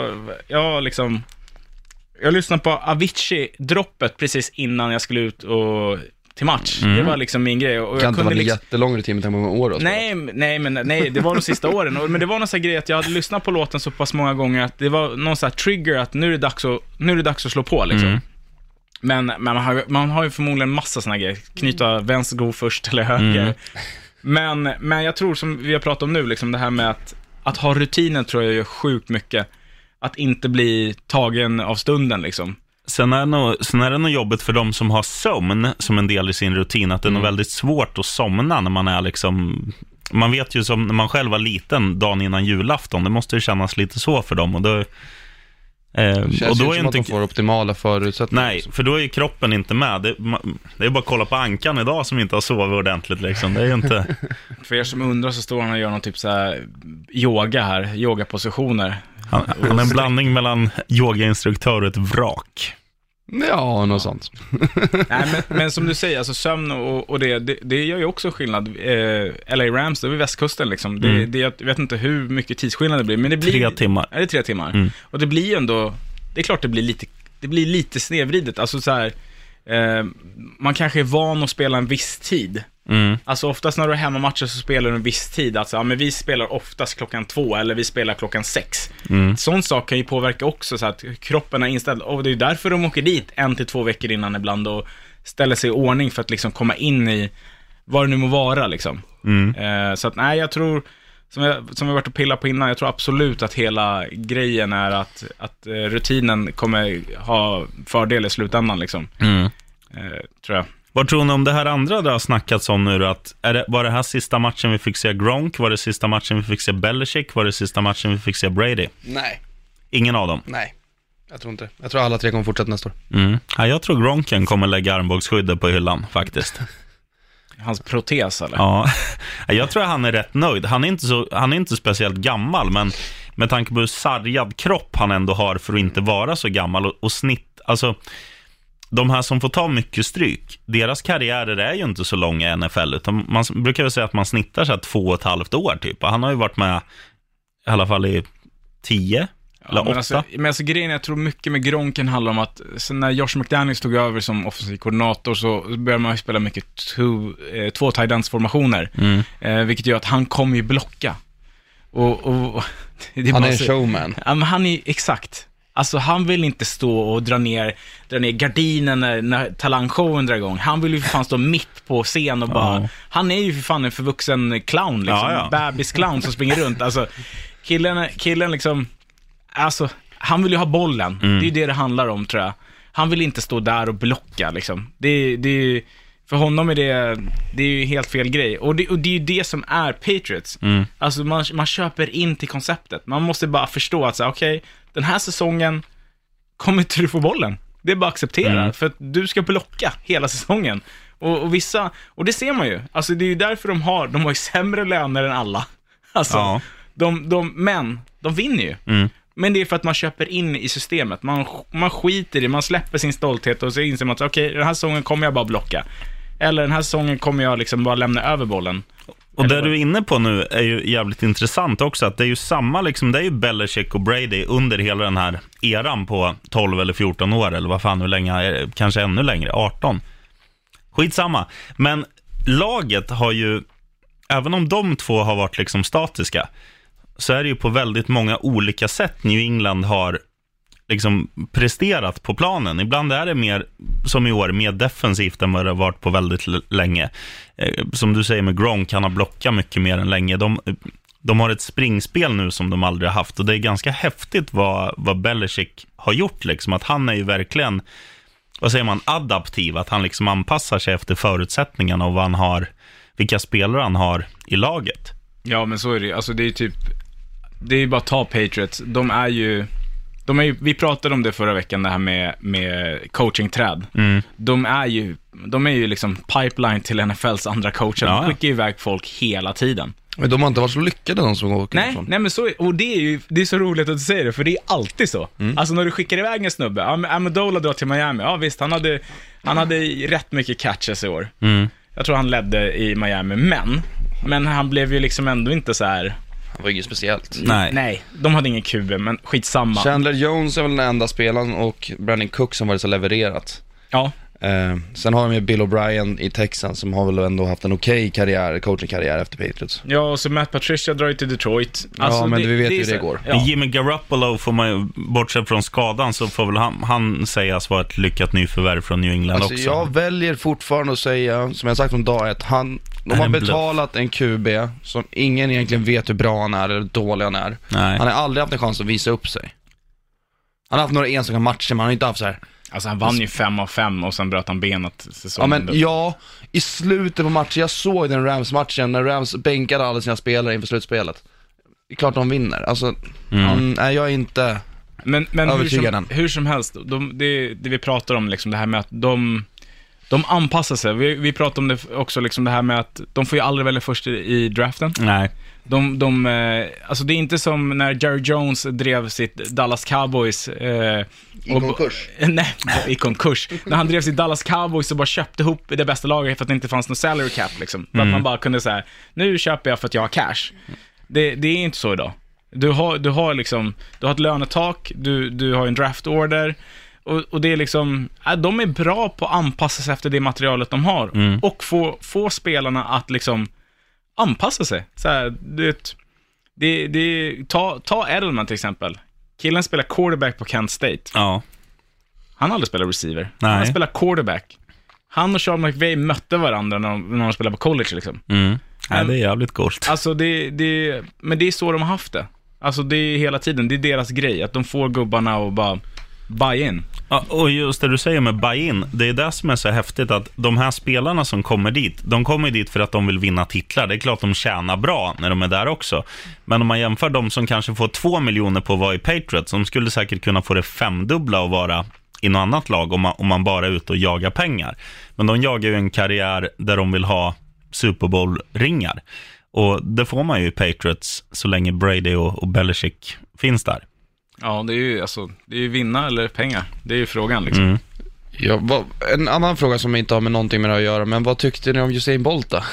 Jag lyssnade på Avicii-droppet precis innan jag skulle ut till match. Det var liksom min grej. Och kan inte vara en jättelång rutin med tanke på många år. Nej, det var de sista åren. Men det var någon sån grej att jag hade lyssnat på låten så pass många gånger att det var någon sån här trigger att nu är det dags att slå på liksom. Men man har ju förmodligen massa såna grejer. Knyta vänster go först eller höger. Men jag tror, som vi har pratat om nu liksom, det här med att ha rutinen tror jag gör sjukt mycket. Att inte bli tagen av stunden liksom. Sen är det nog jobbet för de som har sömn som en del i sin rutin, att det är nog väldigt svårt att somna när man är liksom... Man vet ju som när man själv var liten dagen innan julafton, det måste ju kännas lite så för dem, och då... och då är inte att de får optimala förutsättningar. Nej, för då är ju kroppen inte med. Det är bara att kolla på Ankan idag som inte har sovit ordentligt liksom. Det är ju inte... För er som undrar så står han och gör någon typ så här yoga här, yogapositioner. Han är en blandning mellan yogainstruktör och ett vrak. Ja, något sånt. Nej, men som du säger, alltså sömn och det gör ju också skillnad. LA Rams, det är vid västkusten liksom. Jag vet inte hur mycket tidsskillnad det blir, men det blir 3 timmar. Är det 3 timmar? Och det blir ju ändå, det är klart det blir lite snedvridet. Alltså så här, man kanske är van att spela en viss tid. Alltså oftast när du är hemmamatcher så spelar du en viss tid. Alltså, ja, men vi spelar oftast 2:00 eller vi spelar 6:00. Sån sak kan ju påverka också, så att kroppen är inställd. Och det är därför de åker dit 1 till 2 veckor innan ibland och ställer sig i ordning för att liksom komma in i vad det nu må vara liksom. Så att nej, jag tror, som jag varit och pillat på innan, jag tror absolut att hela grejen är att rutinen kommer ha fördel i slutändan liksom. Tror jag. Vad tror ni om det här andra det har snackats om nu? Var det här sista matchen vi fick se Gronk? Var det sista matchen vi fick se Belichick? Var det sista matchen vi fick se Brady? Nej. Ingen av dem? Nej, jag tror inte. Jag tror alla 3 kommer fortsätta nästa år. Ja, jag tror Gronken kommer lägga armbågsskyddet på hyllan faktiskt. Hans protes eller? Ja, jag tror han är rätt nöjd. Han är inte speciellt gammal, men med tanke på hur sargad kropp han ändå har för att inte vara så gammal och snitt, alltså de här som får ta mycket stryk, deras karriärer är ju inte så långa i NFL, utan man brukar väl säga att man snittar så här 2,5 år typ. Han har ju varit med i alla fall i 10 eller 8. Men alltså grejen, jag tror mycket med Gronken handlar om att sen när Josh McDaniels tog över som offensiv koordinator så började man ju spela mycket 2 tight ends formationer, vilket gör att han kommer ju blocka. Och det är han är en showman. Ja, men han är exakt. Alltså han vill inte stå och dra ner gardinen när talangshowen drar igång. Han vill ju för fan stå mitt på scen och bara... Han är ju för fan en förvuxen clown liksom. Bebis-clown som springer runt. Alltså killen liksom... Alltså han vill ju ha bollen. Det är ju det handlar om, tror jag. Han vill inte stå där och blocka liksom. Det för honom är det är ju helt fel grej. Och det är ju det som är Patriots. Alltså man köper in till konceptet. Man måste bara förstå att okej, den här säsongen kommer inte du få bollen. Det är bara att acceptera. För att du ska blocka hela säsongen. Och vissa, och det ser man ju. Alltså det är ju därför de har ju sämre löner än alla. Alltså men de vinner ju. Men det är för att man köper in i systemet. Man skiter i, man släpper sin stolthet och så inser man att okej, den här säsongen kommer jag bara blocka. Eller den här säsongen kommer jag liksom bara lämna över bollen. Och det du är inne på nu är ju jävligt intressant också, att det är ju samma liksom, det är ju Belichick och Brady under hela den här eran på 12 eller 14 år eller vad fan, hur länge, kanske ännu längre, 18. Skitsamma. Men laget har ju, även om de två har varit liksom statiska, så är det ju på väldigt många olika sätt New England har liksom presterat på planen. Ibland är det mer, som i år, mer defensivt än vad det har varit på väldigt länge. Som du säger med Gronk, han har blockat mycket mer än länge. De har ett springspel nu som de aldrig har haft, och det är ganska häftigt vad Belichick har gjort liksom, att han är ju verkligen, vad säger man, adaptiv, att han liksom anpassar sig efter förutsättningarna och vad han har, vilka spelare han har i laget. Ja, men så är det. Alltså det är typ, det är bara att ta Patriots. Vi pratade om det förra veckan, det här med coachingträd. De är ju liksom pipeline till NFLs andra coacher. De skickar iväg folk hela tiden. Men de har inte varit så lyckade, de som åker ifrån. Nej, men så, och det är så roligt att du säger det, för det är alltid så. Alltså när du skickar iväg en snubbe, Amendola drar till Miami. Ja visst, han hade rätt mycket catches i år. Jag tror han ledde i Miami, men han blev ju liksom ändå inte så här. Det var inget speciellt. Nej, de hade ingen QB, men skitsamma. Chandler Jones är väl den enda spelaren, och Brandon Cook som var så levererat. Ja. Sen har de ju Bill O'Brien i Texas som har väl ändå haft en okej coachingkarriär efter Patriots. Ja, och så Matt Patricia drar ju till Detroit. Alltså, ja, men vi vet ju hur det går. Ja. Jimmy Garoppolo, får man bortsett från skadan, så får väl han sägas vara ett lyckat nyförvärv från New England också. Jag väljer fortfarande att säga, som jag sagt från dag ett, de har betalat en QB som ingen egentligen vet hur bra han är eller hur dålig han är. Nej. Han har aldrig haft en chans att visa upp sig. Han har haft några enstaka matcher, men han har inte haft så här Alltså han vann ju 5 av 5 och sen bröt han benet säsongen. I slutet på matchen, jag såg den Rams-matchen när Rams bänkade alla sina spelare inför slutspelet. Det är klart de vinner. Alltså, jag är inte men övertygad. hur som helst, det vi pratar om liksom, det här med att de anpassar sig. Vi pratar om det också, liksom, det här med att de får ju aldrig välja först i draften. Nej. Alltså det är inte som när Jerry Jones drev sitt Dallas Cowboys i konkurs. Nej, i konkurs. När han drev sitt Dallas Cowboys och bara köpte ihop det bästa laget för att det inte fanns någon salary cap liksom. För att man bara kunde säga, nu köper jag för att jag har cash. Det är inte så idag. Du har ett lönetak, du har en draft order. Och det är liksom, de är bra på att anpassa sig efter det materialet de har. Och få spelarna att liksom anpassa sig. Så här, ta Edelman till exempel. Killen spelar quarterback på Kent State. Ja. Han har aldrig spelat receiver. Nej. Han spelar quarterback. Han och Sean McVay mötte varandra när de spelade på college liksom. Ja, det är jävligt coolt. Alltså men det är så de har haft det. Alltså det är hela tiden, det är deras grej. Att de får gubbarna och bara buy in. Ja, och just det du säger med buy-in, det är det som är så häftigt, att de här spelarna som kommer dit, de kommer dit för att de vill vinna titlar. Det är klart de tjänar bra när de är där också. Men om man jämför de som kanske får 2 miljoner på att vara i Patriots, som skulle säkert kunna få det 5-dubbla och vara i något annat lag om man bara är ute och jagar pengar. Men de jagar ju en karriär där de vill ha Super Bowl-ringar. Och det får man ju i Patriots så länge Brady och Belichick finns där. Ja, det är ju vinna eller pengar. Det är ju frågan liksom. Ja, en annan fråga som inte har med någonting med det att göra, men vad tyckte ni om Usain Bolt då?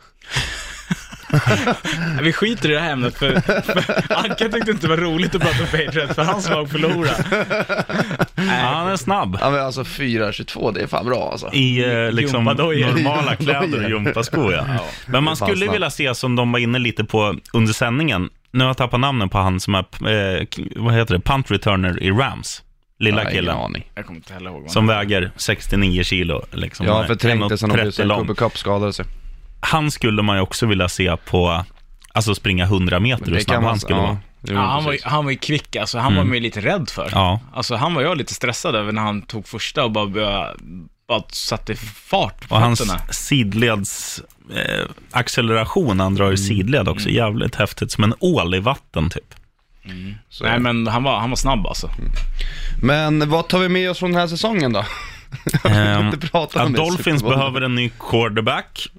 Vi skiter i det här ämnet för Anka tyckte inte det var roligt att prata om Patriots för hans lag förlora. Han är snabb. Ja, men alltså 4.22, det är fan bra alltså. I liksom normala kläder och gympaskor, ja. Men man skulle vilja se, som de var inne lite på under sändningen. Nu har jag tappat namnen på han som är vad heter det? Punt returner i Rams. Lilla killen. Jag kommer inte heller ihåg. Som väger 69 kilo liksom. Ja, för tänkte sen om Cooper Cup skadade sig. Han skulle man ju också vilja se på, alltså springa 100 meter och snabb han skulle vara. Ja, han var ju kvick, alltså han var mig lite rädd för. Ja. Alltså han var jag lite stressad över när han tog första och bara satte fart på och fötterna. Hans sidleds acceleration, han drar i sidled också, jävligt häftigt, som en ål i vatten typ. Nej, men han var snabb alltså. Men vad tar vi med oss från den här säsongen då? Dolphins behöver en ny quarterback.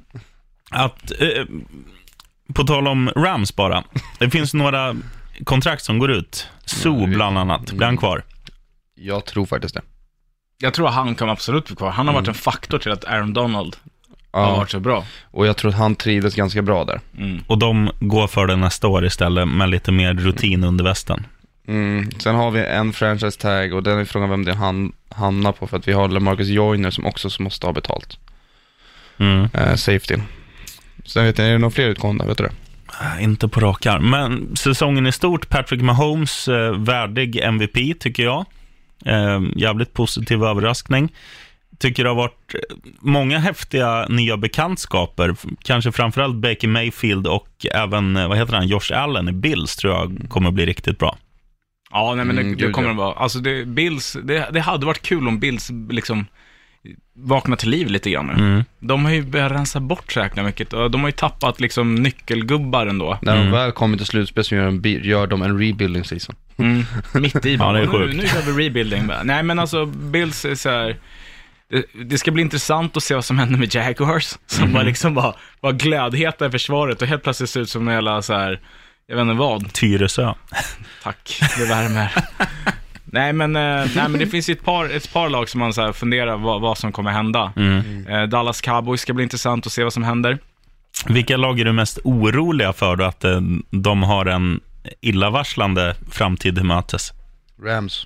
På tal om Rams bara, det finns några kontrakt som går ut. Bland annat, blir han kvar? Jag tror faktiskt det. Jag tror att han kommer absolut bli kvar. Han har varit en faktor till att Aaron Donald har varit så bra. Och jag tror att han trivdes ganska bra där. Och de går för det nästa år istället med lite mer rutin under västen. Sen har vi en franchise tag och den är frågan vem det hamnar på, för att vi har LaMarcus Joyner som också måste ha betalt. Safety. Sen vet jag, är det några fler utgående, vet du det? Inte på rak arm. Men säsongen i stort, Patrick Mahomes värdig MVP tycker jag. Jävligt positiv överraskning. Tycker det har varit många häftiga nya bekantskaper. Kanske framförallt Baker Mayfield och även, Josh Allen i Bills tror jag kommer bli riktigt bra. Ja, nej, men det kommer det vara. Alltså Bills, det hade varit kul om Bills liksom vakna till liv lite grann. De har ju börjat rensa bort så här mycket. Och de har ju tappat liksom nyckelgubbar ändå. När de väl kommer till slutspel så gör de en rebuilding season. Mitt i. Ja, det är sjukt. Nu gör vi rebuilding. Nej, men alltså Bills är så här. Det ska bli intressant att se vad som händer med Jaguars. Som var glödheta i försvaret och helt plötsligt ser ut som en jävla så här, jag vet inte vad. Tyresö. Tack, det värmer. Nej, men det finns ju ett par lag som man så här funderar vad som kommer hända. Dallas Cowboys ska bli intressant att se vad som händer. Vilka lag är du mest oroliga för då, att de har en illavarslande framtid i mötes? Rams.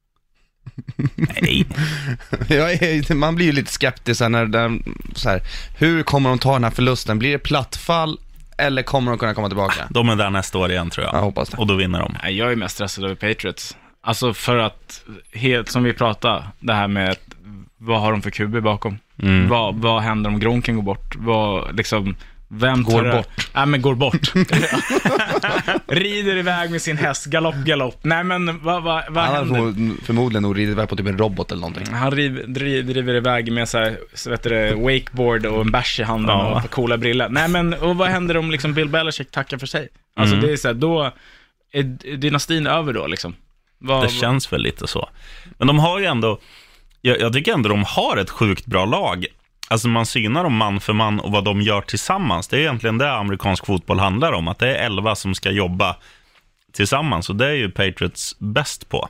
Nej. Man blir ju lite skeptisk när så här, hur kommer de ta den här förlusten? Blir det plattfall eller kommer de kunna komma tillbaka? De är där nästa år igen tror jag. Jag hoppas det. Och då vinner de. Jag är mest stressad över Patriots. Alltså för att, helt som vi pratade, det här med vad har de för QB bakom? Vad händer om Gronken går bort? Vem Går bort. Nej, men går bort. Rider iväg med sin häst, galopp. Nej, men vad Han händer? hade förmodligen nog ridit iväg på typ en robot eller någonting. Han driver iväg med så vet du, wakeboard och en bärs i handen och coola briller. Nej, men och vad händer om liksom Bill Belichick tackar för sig? Alltså det är så här, då är dynastin över då liksom. Det känns väl lite så. Men de har ju ändå, jag tycker ändå de har ett sjukt bra lag. Alltså man synar dem man för man och vad de gör tillsammans. Det är egentligen det amerikansk fotboll handlar om. Att det är 11 som ska jobba tillsammans. Och det är ju Patriots bäst på.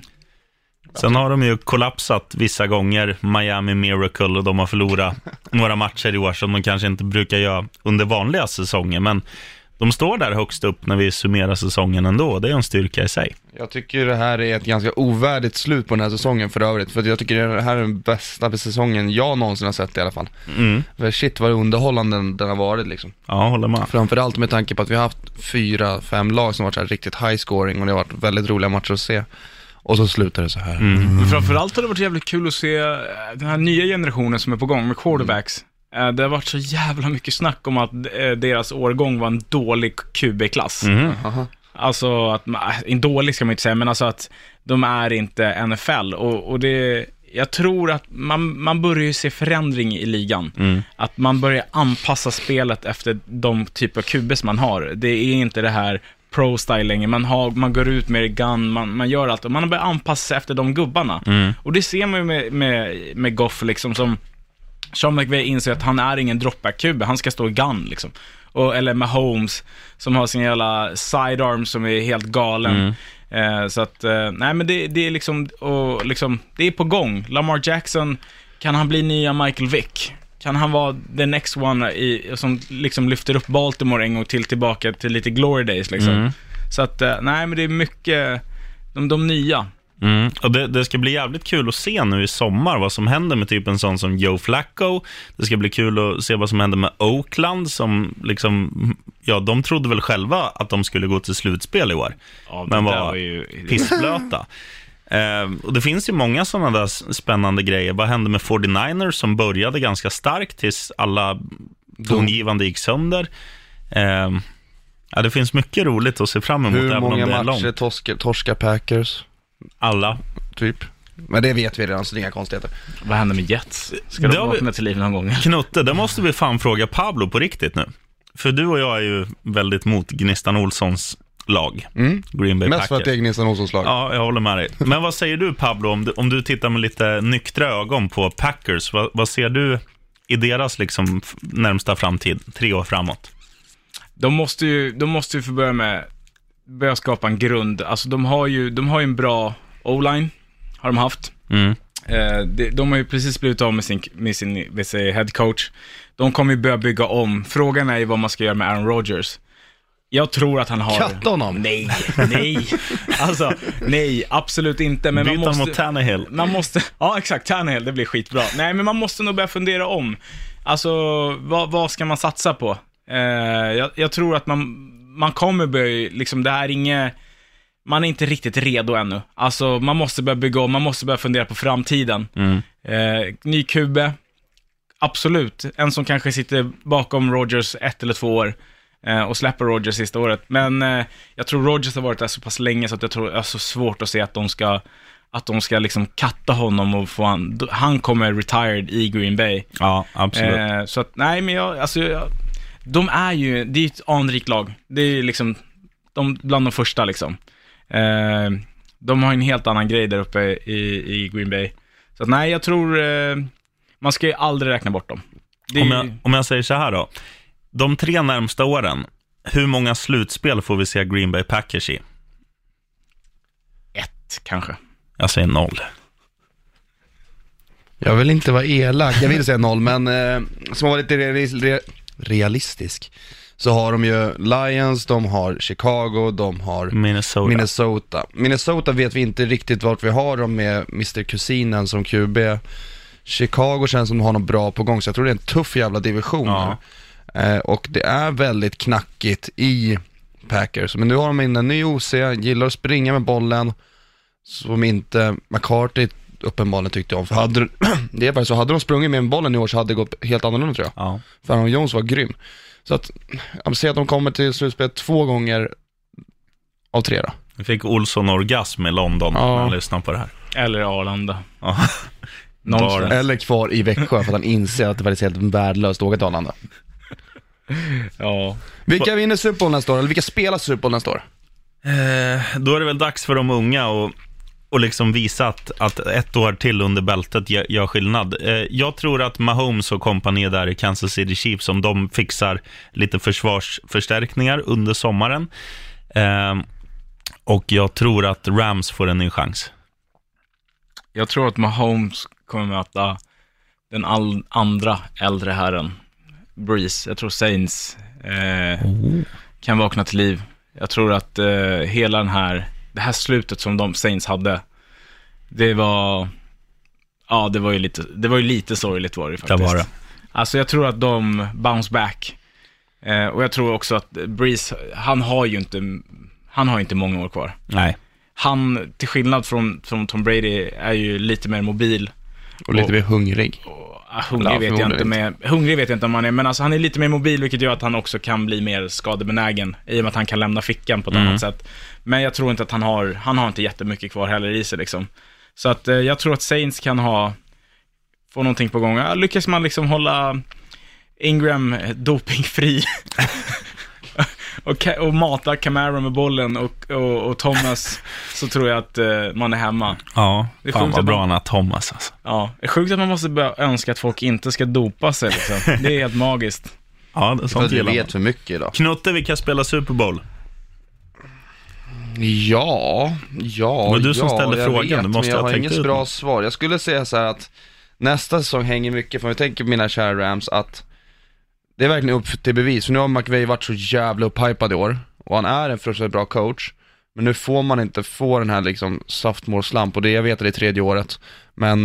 Sen har de ju kollapsat vissa gånger. Miami Miracle, och de har förlorat några matcher i år som de kanske inte brukar göra under vanliga säsonger. Men de står där högst upp när vi summerar säsongen ändå. Det är en styrka i sig. Jag tycker det här är ett ganska ovärdigt slut på den här säsongen för övrigt. För jag tycker det här är den bästa säsongen jag någonsin har sett i alla fall. För shit vad underhållande den har varit liksom. Ja, håller med. Framförallt med tanke på att vi har haft 4-5 lag som har varit så här riktigt high scoring. Och det har varit väldigt roliga matcher att se. Och så slutar det så här. Framförallt har det varit jävligt kul att se den här nya generationen som är på gång med quarterbacks. Det har varit så jävla mycket snack om att deras årgång var en dålig QB-klass. Alltså, att, en dålig ska man inte säga, men alltså att de är inte NFL. Och det, jag tror att man börjar ju se förändring i ligan. Att man börjar anpassa spelet efter de typer av QBs man har. Det är inte det här pro-style längre. Man går ut med gun, man gör allt. Och man har börjat anpassa sig efter de gubbarna. Och det ser man ju med Goff liksom, som Sean McVay inser att han är ingen dropback-QB. Han ska stå i gun liksom. Eller med Holmes som har sin jävla sidearm som är helt galen. Så att, nej men det är liksom, och liksom, det är på gång. Lamar Jackson, kan han bli nya Michael Vick? Kan han vara the next one som liksom lyfter upp Baltimore en gång tillbaka till lite glory days liksom. Så att, nej men det är mycket de nya. Och det ska bli jävligt kul att se nu i sommar vad som händer med typ en sån som Joe Flacco. Det ska bli kul att se vad som händer med Oakland som liksom, ja, de trodde väl själva att de skulle gå till slutspel i år. Ja, men var ju pissblöta. Och det finns ju många sådana där spännande grejer. Vad hände med 49ers som började ganska starkt tills alla tongivande gick sönder? Ja, det finns mycket roligt att se fram emot. Hur många även om det är matcher torska Packers? Alla. Typ. Men det vet vi redan, så det är inga konstigheter. Vad händer med Jets? Ska de vakna till liv någon gång? Knutte, det måste vi fan fråga Pablo på riktigt nu. För du och jag är ju väldigt mot Gnistan Olssons lag. Green Bay Packers. Mest Packers. för att det är Gnistan Olssons lag. Ja, jag håller med dig. Men vad säger du, Pablo, om du tittar med lite nyktra ögon på Packers? Vad ser du i deras liksom närmsta framtid, 3 år framåt? De måste ju få börja skapa en grund. Alltså de har ju en bra O-line, har de haft. De har ju precis blivit av med sin head coach. De kommer ju börja bygga om. Frågan är ju vad man ska göra med Aaron Rodgers. Jag tror att han har... Katta honom? Nej. Alltså, nej, absolut inte. Men byta mot Tannehill. Ja, exakt, Tannehill, det blir skitbra. Nej, men man måste nog börja fundera om. Alltså, vad ska man satsa på? Jag tror att man kommer börja, liksom, det här man är inte riktigt redo ännu. Alltså, man måste börja bygga om, man måste börja fundera på framtiden. Ny QB, absolut. En som kanske sitter bakom Rodgers 1 eller 2 år och släpper Rodgers sista året. Men jag tror Rodgers har varit där så pass länge så att jag tror det är så svårt att se att de ska liksom katta honom och få han kommer retired i Green Bay. Ja, absolut. Så att, nej, men de är ju, det är ett anrikt lag. Det är liksom bland de första liksom. De har en helt annan grej där uppe i Green Bay. Så att, nej, jag tror man ska ju aldrig räkna bort dem. Om jag säger så här då. De 3 närmsta åren, hur många slutspel får vi se Green Bay Packers i? 1 kanske. Jag säger 0. Jag vill inte vara elak, jag vill säga 0, men som var lite realistisk, så har de ju Lions, de har Chicago, de har Minnesota. Minnesota vet vi inte riktigt vart vi har dem med Mr. Kusinen som QB. Chicago känns som de har något bra på gång, så jag tror det är en tuff jävla division. Ja. Och det är väldigt knackigt i Packers. Men nu har de in en ny OC, gillar att springa med bollen, som inte McCarthy uppenbarligen tyckte om. För hade de sprungit med bollen i år så hade det gått helt annorlunda, tror jag. Ja. För Aaron Jones var grym. Så att, jag ser att de kommer till slutspel 2 gånger av 3 då. Vi fick Olsson orgasm i London när han lyssnade på det här. Eller Arlanda. Ja. Eller kvar i Växjö för att han inser att det var helt värdelöst att åka till Arlanda. Ja. Vilka vinner Super Bowl nästa år? Eller vilka spelar Super Bowl nästa år? Då är det väl dags för de unga och liksom visa att ett år till under bältet gör skillnad. Jag tror att Mahomes och kompani där i Kansas City Chiefs, om de fixar lite försvarsförstärkningar under sommaren. Och jag tror att Rams får en ny chans. Jag tror att Mahomes kommer möta den andra äldre herren, Breeze. Jag tror Saints kan vakna till liv. Jag tror att hela det här slutet som de Saints hade, det var ju lite sorgligt var det faktiskt. Det var det. Alltså jag tror att de bounce back. Och jag tror också att Breeze, han har ju inte många år kvar. Nej. Han, till skillnad från Tom Brady, är ju lite mer mobil. Och lite mer hungrig. Hungrig vet jag inte om han är, men alltså han är lite mer mobil, vilket gör att han också kan bli mer skadebenägen i och med att han kan lämna fickan på ett annat sätt. Men jag tror inte att han har inte jättemycket kvar heller i sig liksom. Så att jag tror att Saints kan få någonting på gång. Lyckas man liksom hålla Ingram dopingfri och mata Camara med bollen och Thomas, så tror jag att man är hemma. Ja, det är fan vad bra han är, Thomas alltså. Ja, det är sjukt att man måste börja önska att folk inte ska dopa sig liksom. Det är helt magiskt. Ja, det är sånt vi vet för mycket idag. Knutte, vilka spelar Super Bowl? Ja. Men du som ställde frågan, du måste jag ha har tänkt inget ut. bra svar. Jag skulle säga så här att nästa säsong hänger mycket, för jag tänker på mina kära Rams, att det är verkligen upp till bevis. För nu har McVay varit så jävla upphypad i år, och han är en fruktansvärt bra coach. Men nu får man inte få den här liksom sophomore slump, och det, jag vet att det är 3:e året. Men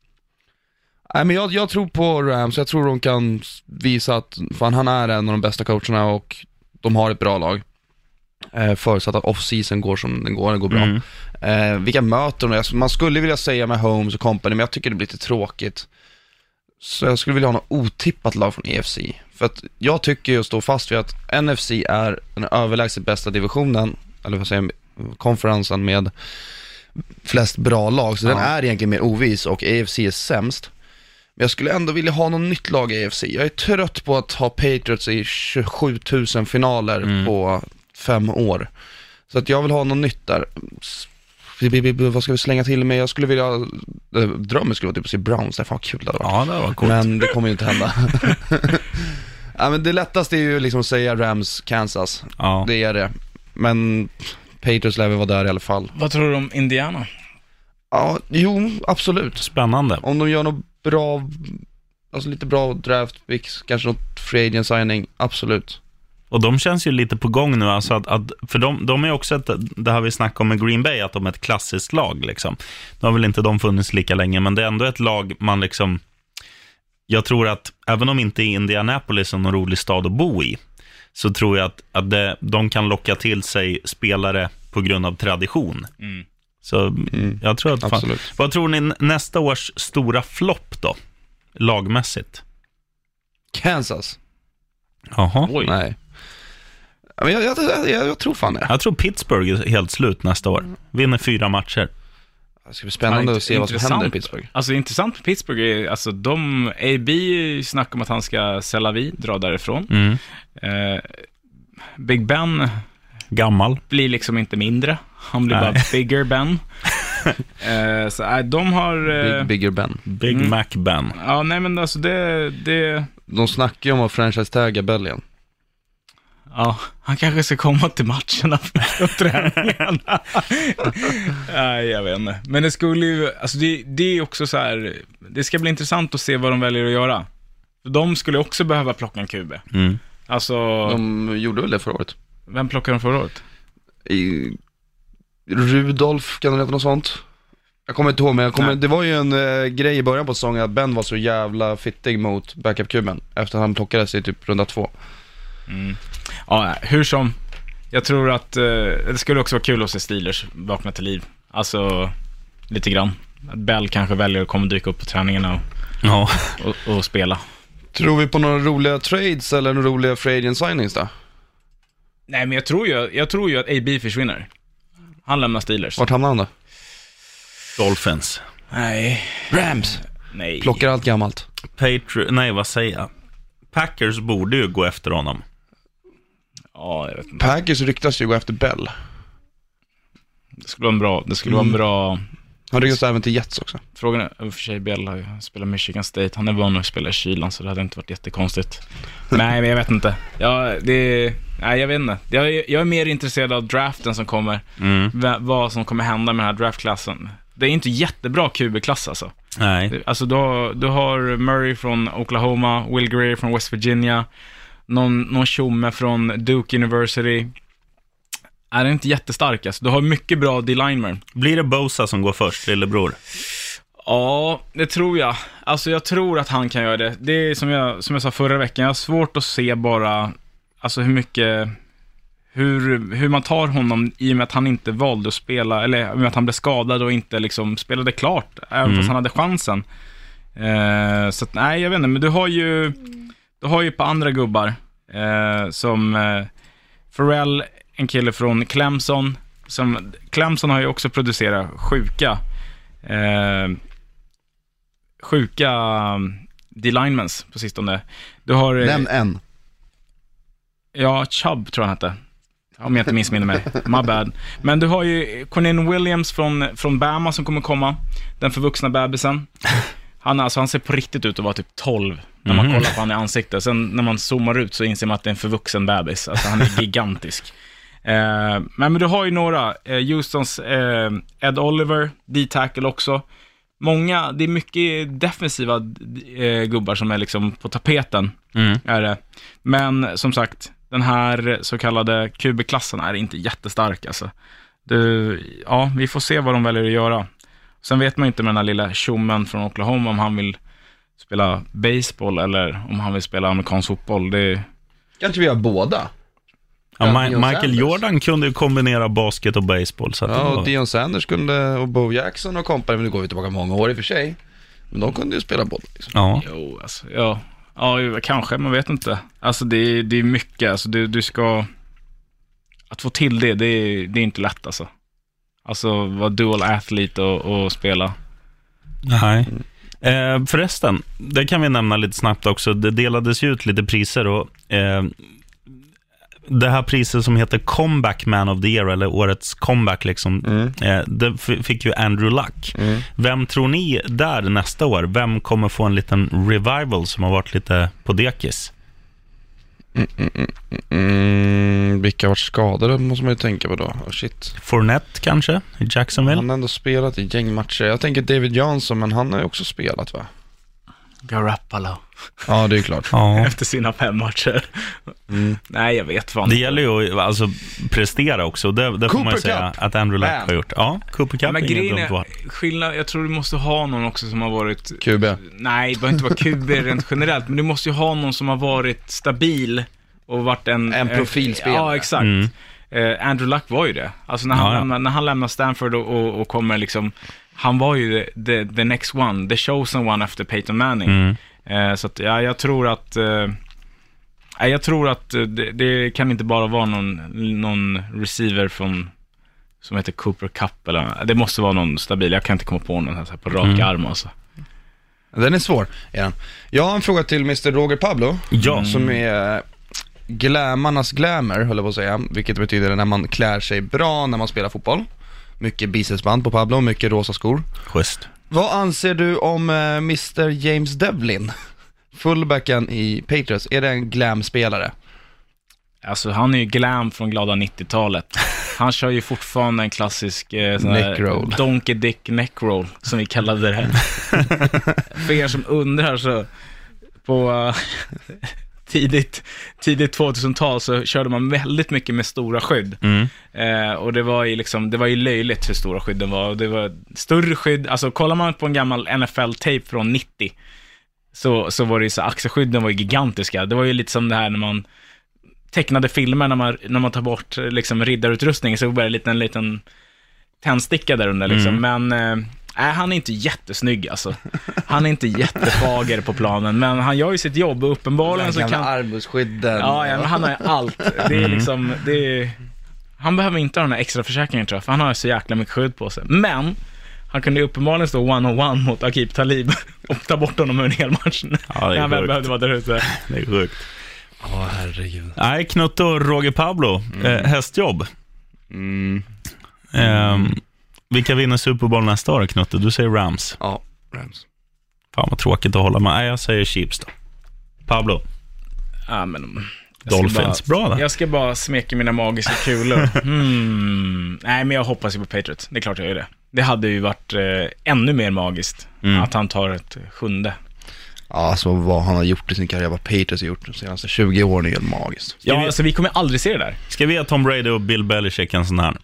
jag tror på Rams. Jag tror de kan visa att han är en av de bästa coacherna, och de har ett bra lag. Förutsatt att off-season går som den går, det går bra. Vilka möter de? Man skulle vilja säga med Holmes och company, men jag tycker det blir lite tråkigt. Så jag skulle vilja ha något otippat lag från EFC. För att jag tycker ju, stå fast vid att NFC är den överlägset bästa divisionen, eller vad säger jag, konferensen med flest bra lag. Så den är egentligen mer ovis, och EFC är sämst. Men jag skulle ändå vilja ha något nytt lag i EFC. Jag är trött på att ha Patriots i 27 000 finaler på 5 år. Så att jag vill ha något nytt där. Vad ska vi slänga till med? Jag skulle vilja, drömmen skulle vara typ att se Browns. Det är fan kul det var. Ja, det var coolt. Men det kommer ju inte hända. Ja, men det lättaste är ju liksom att säga Rams, Kansas. Ja. Det är det. Men Patriots lär vara där i alla fall. Vad tror du om Indiana? Ja, jo, absolut. Spännande. Om de gör något bra, alltså lite bra draft picks, kanske något free agent signing, absolut. Och de känns ju lite på gång nu, alltså att för de är också det har vi snackat om med Green Bay, att de är ett klassiskt lag liksom. Nu har väl inte de funnits lika länge, men det är ändå ett lag man liksom, jag tror att även om inte Indianapolis är någon rolig stad att bo i, så tror jag att de kan locka till sig spelare på grund av tradition. Så jag tror att absolut. Vad tror ni nästa års stora flopp då, lagmässigt? Kansas? Jaha. Oj. Nej. Men jag tror fan det. Jag tror Pittsburgh är helt slut nästa år. Vinner 4 matcher. Det ska bli spännande att se vad som händer i Pittsburgh. Alltså intressant med Pittsburgh är, alltså AB snackar om att han ska sälja dra därifrån. Big Ben Gammal. blir liksom inte mindre. Han blir bara bigger Ben. Så de har Bigger Ben. Big Mac Ben. Ja, nej men alltså det De snackar ju om att franchise-tagga Bellion. ja, han kanske ska komma till matcherna och träningarna. Nej, jag vet inte. Men det skulle ju, alltså det är också så här, det ska bli intressant att se vad de väljer att göra. De skulle också behöva plocka en QB. Alltså, De gjorde väl det förra året. vem plockade de förra året? Rudolf, kan det heta något sånt? Jag kommer inte ihåg, men det var ju en grej i början på säsongen att Ben var så jävla fittig mot backup-kuben efter att han plockades i typ runda 2. Ja, hur som, jag tror att det skulle också vara kul att se Steelers vakna till liv. Alltså, lite grann. Att Bell kanske väljer att komma och dyka upp på träningarna och spela. Tror vi på några roliga trades eller några roliga free agent signings då? Nej, men jag tror ju att AB försvinner. Han lämnar Steelers. Vart hamnar han då? Dolphins. Nej. Rams. Nej. Plockar allt gammalt. Nej, vad säger jag? Packers borde ju gå efter honom. Ja, jag vet inte. Packers ryktas ju gå efter Bell. Det skulle vara en bra... Han ryktas även till Jets också. Frågan är, för sig Bell har ju spelat Michigan State. Han är van att spela i kylan, så det hade inte varit jättekonstigt. Nej, men jag vet inte. Nej, jag vet inte. Jag är mer intresserad av draften som kommer. Vad som kommer hända med den här draftklassen. Det är inte jättebra QB-klass alltså. Nej. Alltså du har Murray från Oklahoma, Will Greer från West Virginia, någon tjomme från Duke University. Är det inte jättestark alltså. Du har mycket bra D-linemen. Blir det Bosa som går först, lillebror? Ja, det tror jag. Alltså jag tror att han kan göra det. Det är som jag sa förra veckan. Jag har svårt att se bara alltså hur man tar honom i och med att han inte valde att spela, eller med att han blev skadad och inte liksom spelade klart även fast han hade chansen. Så att, nej, jag vet inte, men du har ju ett par andra gubbar som Farrell, en kille från Clemson. Clemson har ju också producerat sjuka D-linemans på sistone. Du har Nämn en. Ja, Chubb tror jag han hette. Om jag inte missminner mig. My bad. Men du har ju Quinn Williams från Bama som kommer komma. Den förvuxna bebisen. Han ser på riktigt ut att vara typ 12 när man kollar på han i ansiktet. Sen när man zoomar ut så inser man att det är en förvuxen bebis. Alltså han är gigantisk. Men du har ju några. Houstons Ed Oliver, D-tackle också. Många, det är mycket defensiva gubbar som är liksom på tapeten. Är det. Men som sagt, den här så kallade QB-klassen är inte jättestark alltså. Vi får se vad de väljer att göra. Sen vet man inte med den här lilla tjommen från Oklahoma om han vill spela baseball eller om han vill spela amerikansk fotboll. Kan inte vi göra båda? Ja, Michael Jordan kunde ju kombinera basket och baseball. Så att och Deion Sanders kunde, och Bo Jackson och kompani, men nu går vi tillbaka många år i och för sig. Men de kunde ju spela båda liksom. Ja. Jo, alltså, ja, kanske, man vet inte. Alltså det är mycket, alltså du ska... Att få till det är inte lätt alltså. Alltså vara dual athlete och spela. Nej. Förresten, det kan vi nämna lite snabbt också. Det delades ju ut lite priser och det här priset som heter Comeback Man of the Year, eller årets comeback liksom, det fick ju Andrew Luck. Vem tror ni där nästa år? Vem kommer få en liten revival som har varit lite på dekis? Vilka har varit skadade måste man ju tänka på då. Shit. Fournette kanske i Jacksonville? Han har ändå spelat i gängmatcher. Jag tänker David Johnson, men han har ju också spelat, va? Garoppolo. Ja, det är klart. Ja. Efter sina 5 matcher. Nej, jag vet vad. Det gäller ju alltså prestera också. Det får man ju säga att Andrew Luck har gjort. Ja, Cooper Cup. Men grejen är skillnad. Jag tror du måste ha någon också som har varit QB. Nej, det behöver inte vara QB rent generellt, men du måste ju ha någon som har varit stabil och varit en profilspelare. Ja, exakt. Andrew Luck var ju det. Alltså när han lämnar Stanford och kommer liksom, han var ju the next one, the chosen one efter Peyton Manning. Så att, jag tror att det kan inte bara vara någon receiver som heter Cooper Cup eller, det måste vara någon stabil. Jag kan inte komma på någon här på rak arm alltså. Den är svår. Ja. Jag har en fråga till Mr. Roger Pablo. Ja. Som är glamarnas glamour, höll jag på att säga. Vilket betyder när man klär sig bra när man spelar fotboll. Mycket bicepsband på Pablo, mycket rosa skor. Just. Vad anser du om Mr. James Devlin? Fullbacken i Patriots, är det en glam-spelare? Alltså han är ju glam från glada 90-talet. Han kör ju fortfarande en klassisk neckroll. Donkey Dick neckroll som vi kallade det här. För er som undrar så på tidigt 2000-tal så körde man väldigt mycket med stora skydd. Och det var ju löjligt hur stora skydden var. Det var större skydd, alltså kollar man på en gammal NFL-tape från 90 så var det så axelskydden var ju gigantiska. Det var ju lite som det här när man tecknade filmer när man tar bort liksom riddarutrustning, så var det en liten tändsticka där under liksom. Men Nej, han är inte jättesnygg alltså. Han är inte jättefager på planen, men han gör ju sitt jobb och uppenbarligen så kan... armbågsskydden. Ja, men han har allt. Det är liksom... Han behöver inte ha den här extra försäkringen, tror jag, för han har så jäkla mycket skydd på sig. Men han kunde uppenbarligen stå one-on-one mot Aqib Talib och ta bort honom ur en hel match. Ja, det är han väl behövde vara där ute. Det är sjukt. Herregud. Nej, Knutte och Roger Pablo. Hästjobb. Vilka vinner Super Bowl nästa år, Knutte? Du säger Rams. Ja, Rams. Fan vad tråkigt att hålla med. Nej, jag säger Chiefs då. Pablo. Ja, men... Dolphins, bra där. Jag ska bara smeka mina magiska kulor. Nej, men jag hoppas ju på Patriots. Det är klart jag gör det. Det hade ju varit ännu mer magiskt att han tar ett 7:e. Ja, alltså vad han har gjort i sin karriär, vad Patriots har gjort de senaste 20 åren är helt magiskt. Ja, alltså vi kommer aldrig se det där. Ska vi ha Tom Brady och Bill Belichick en sån här?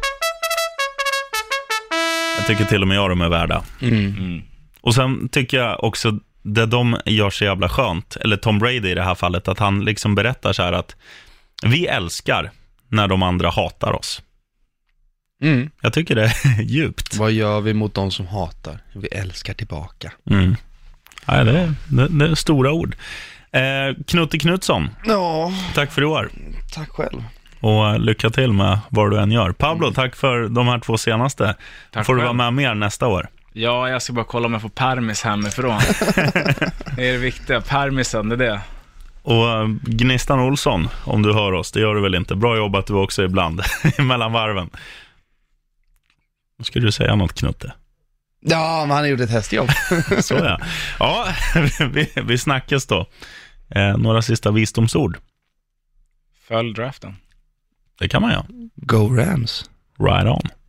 Jag tycker till och med de är värda. Och sen tycker jag också det de gör så jävla skönt, eller Tom Brady i det här fallet, att han liksom berättar så här att vi älskar när de andra hatar oss. Jag tycker det är djupt. Vad gör vi mot de som hatar? Vi älskar tillbaka. Ja, det är stora ord. Knutte Knutsson. Ja. Tack för i år. Tack själv. Och lycka till med vad du än gör. Pablo, tack för de här 2 senaste. Tack får själv. Du vara med mer nästa år. Ja, jag ska bara kolla om jag får permis hemifrån. Det är det viktiga, permisen, det är det. Och Gnistan Olsson, om du hör oss, det gör du väl inte. Bra jobbat du också ibland, mellan varven. Ska du säga något, Knutte? Ja, men han har gjort ett hästjobb. Så ja. Ja, vi snackas då. Några sista visdomsord. Följ draften. Det kan man göra. Go Rams. Right on.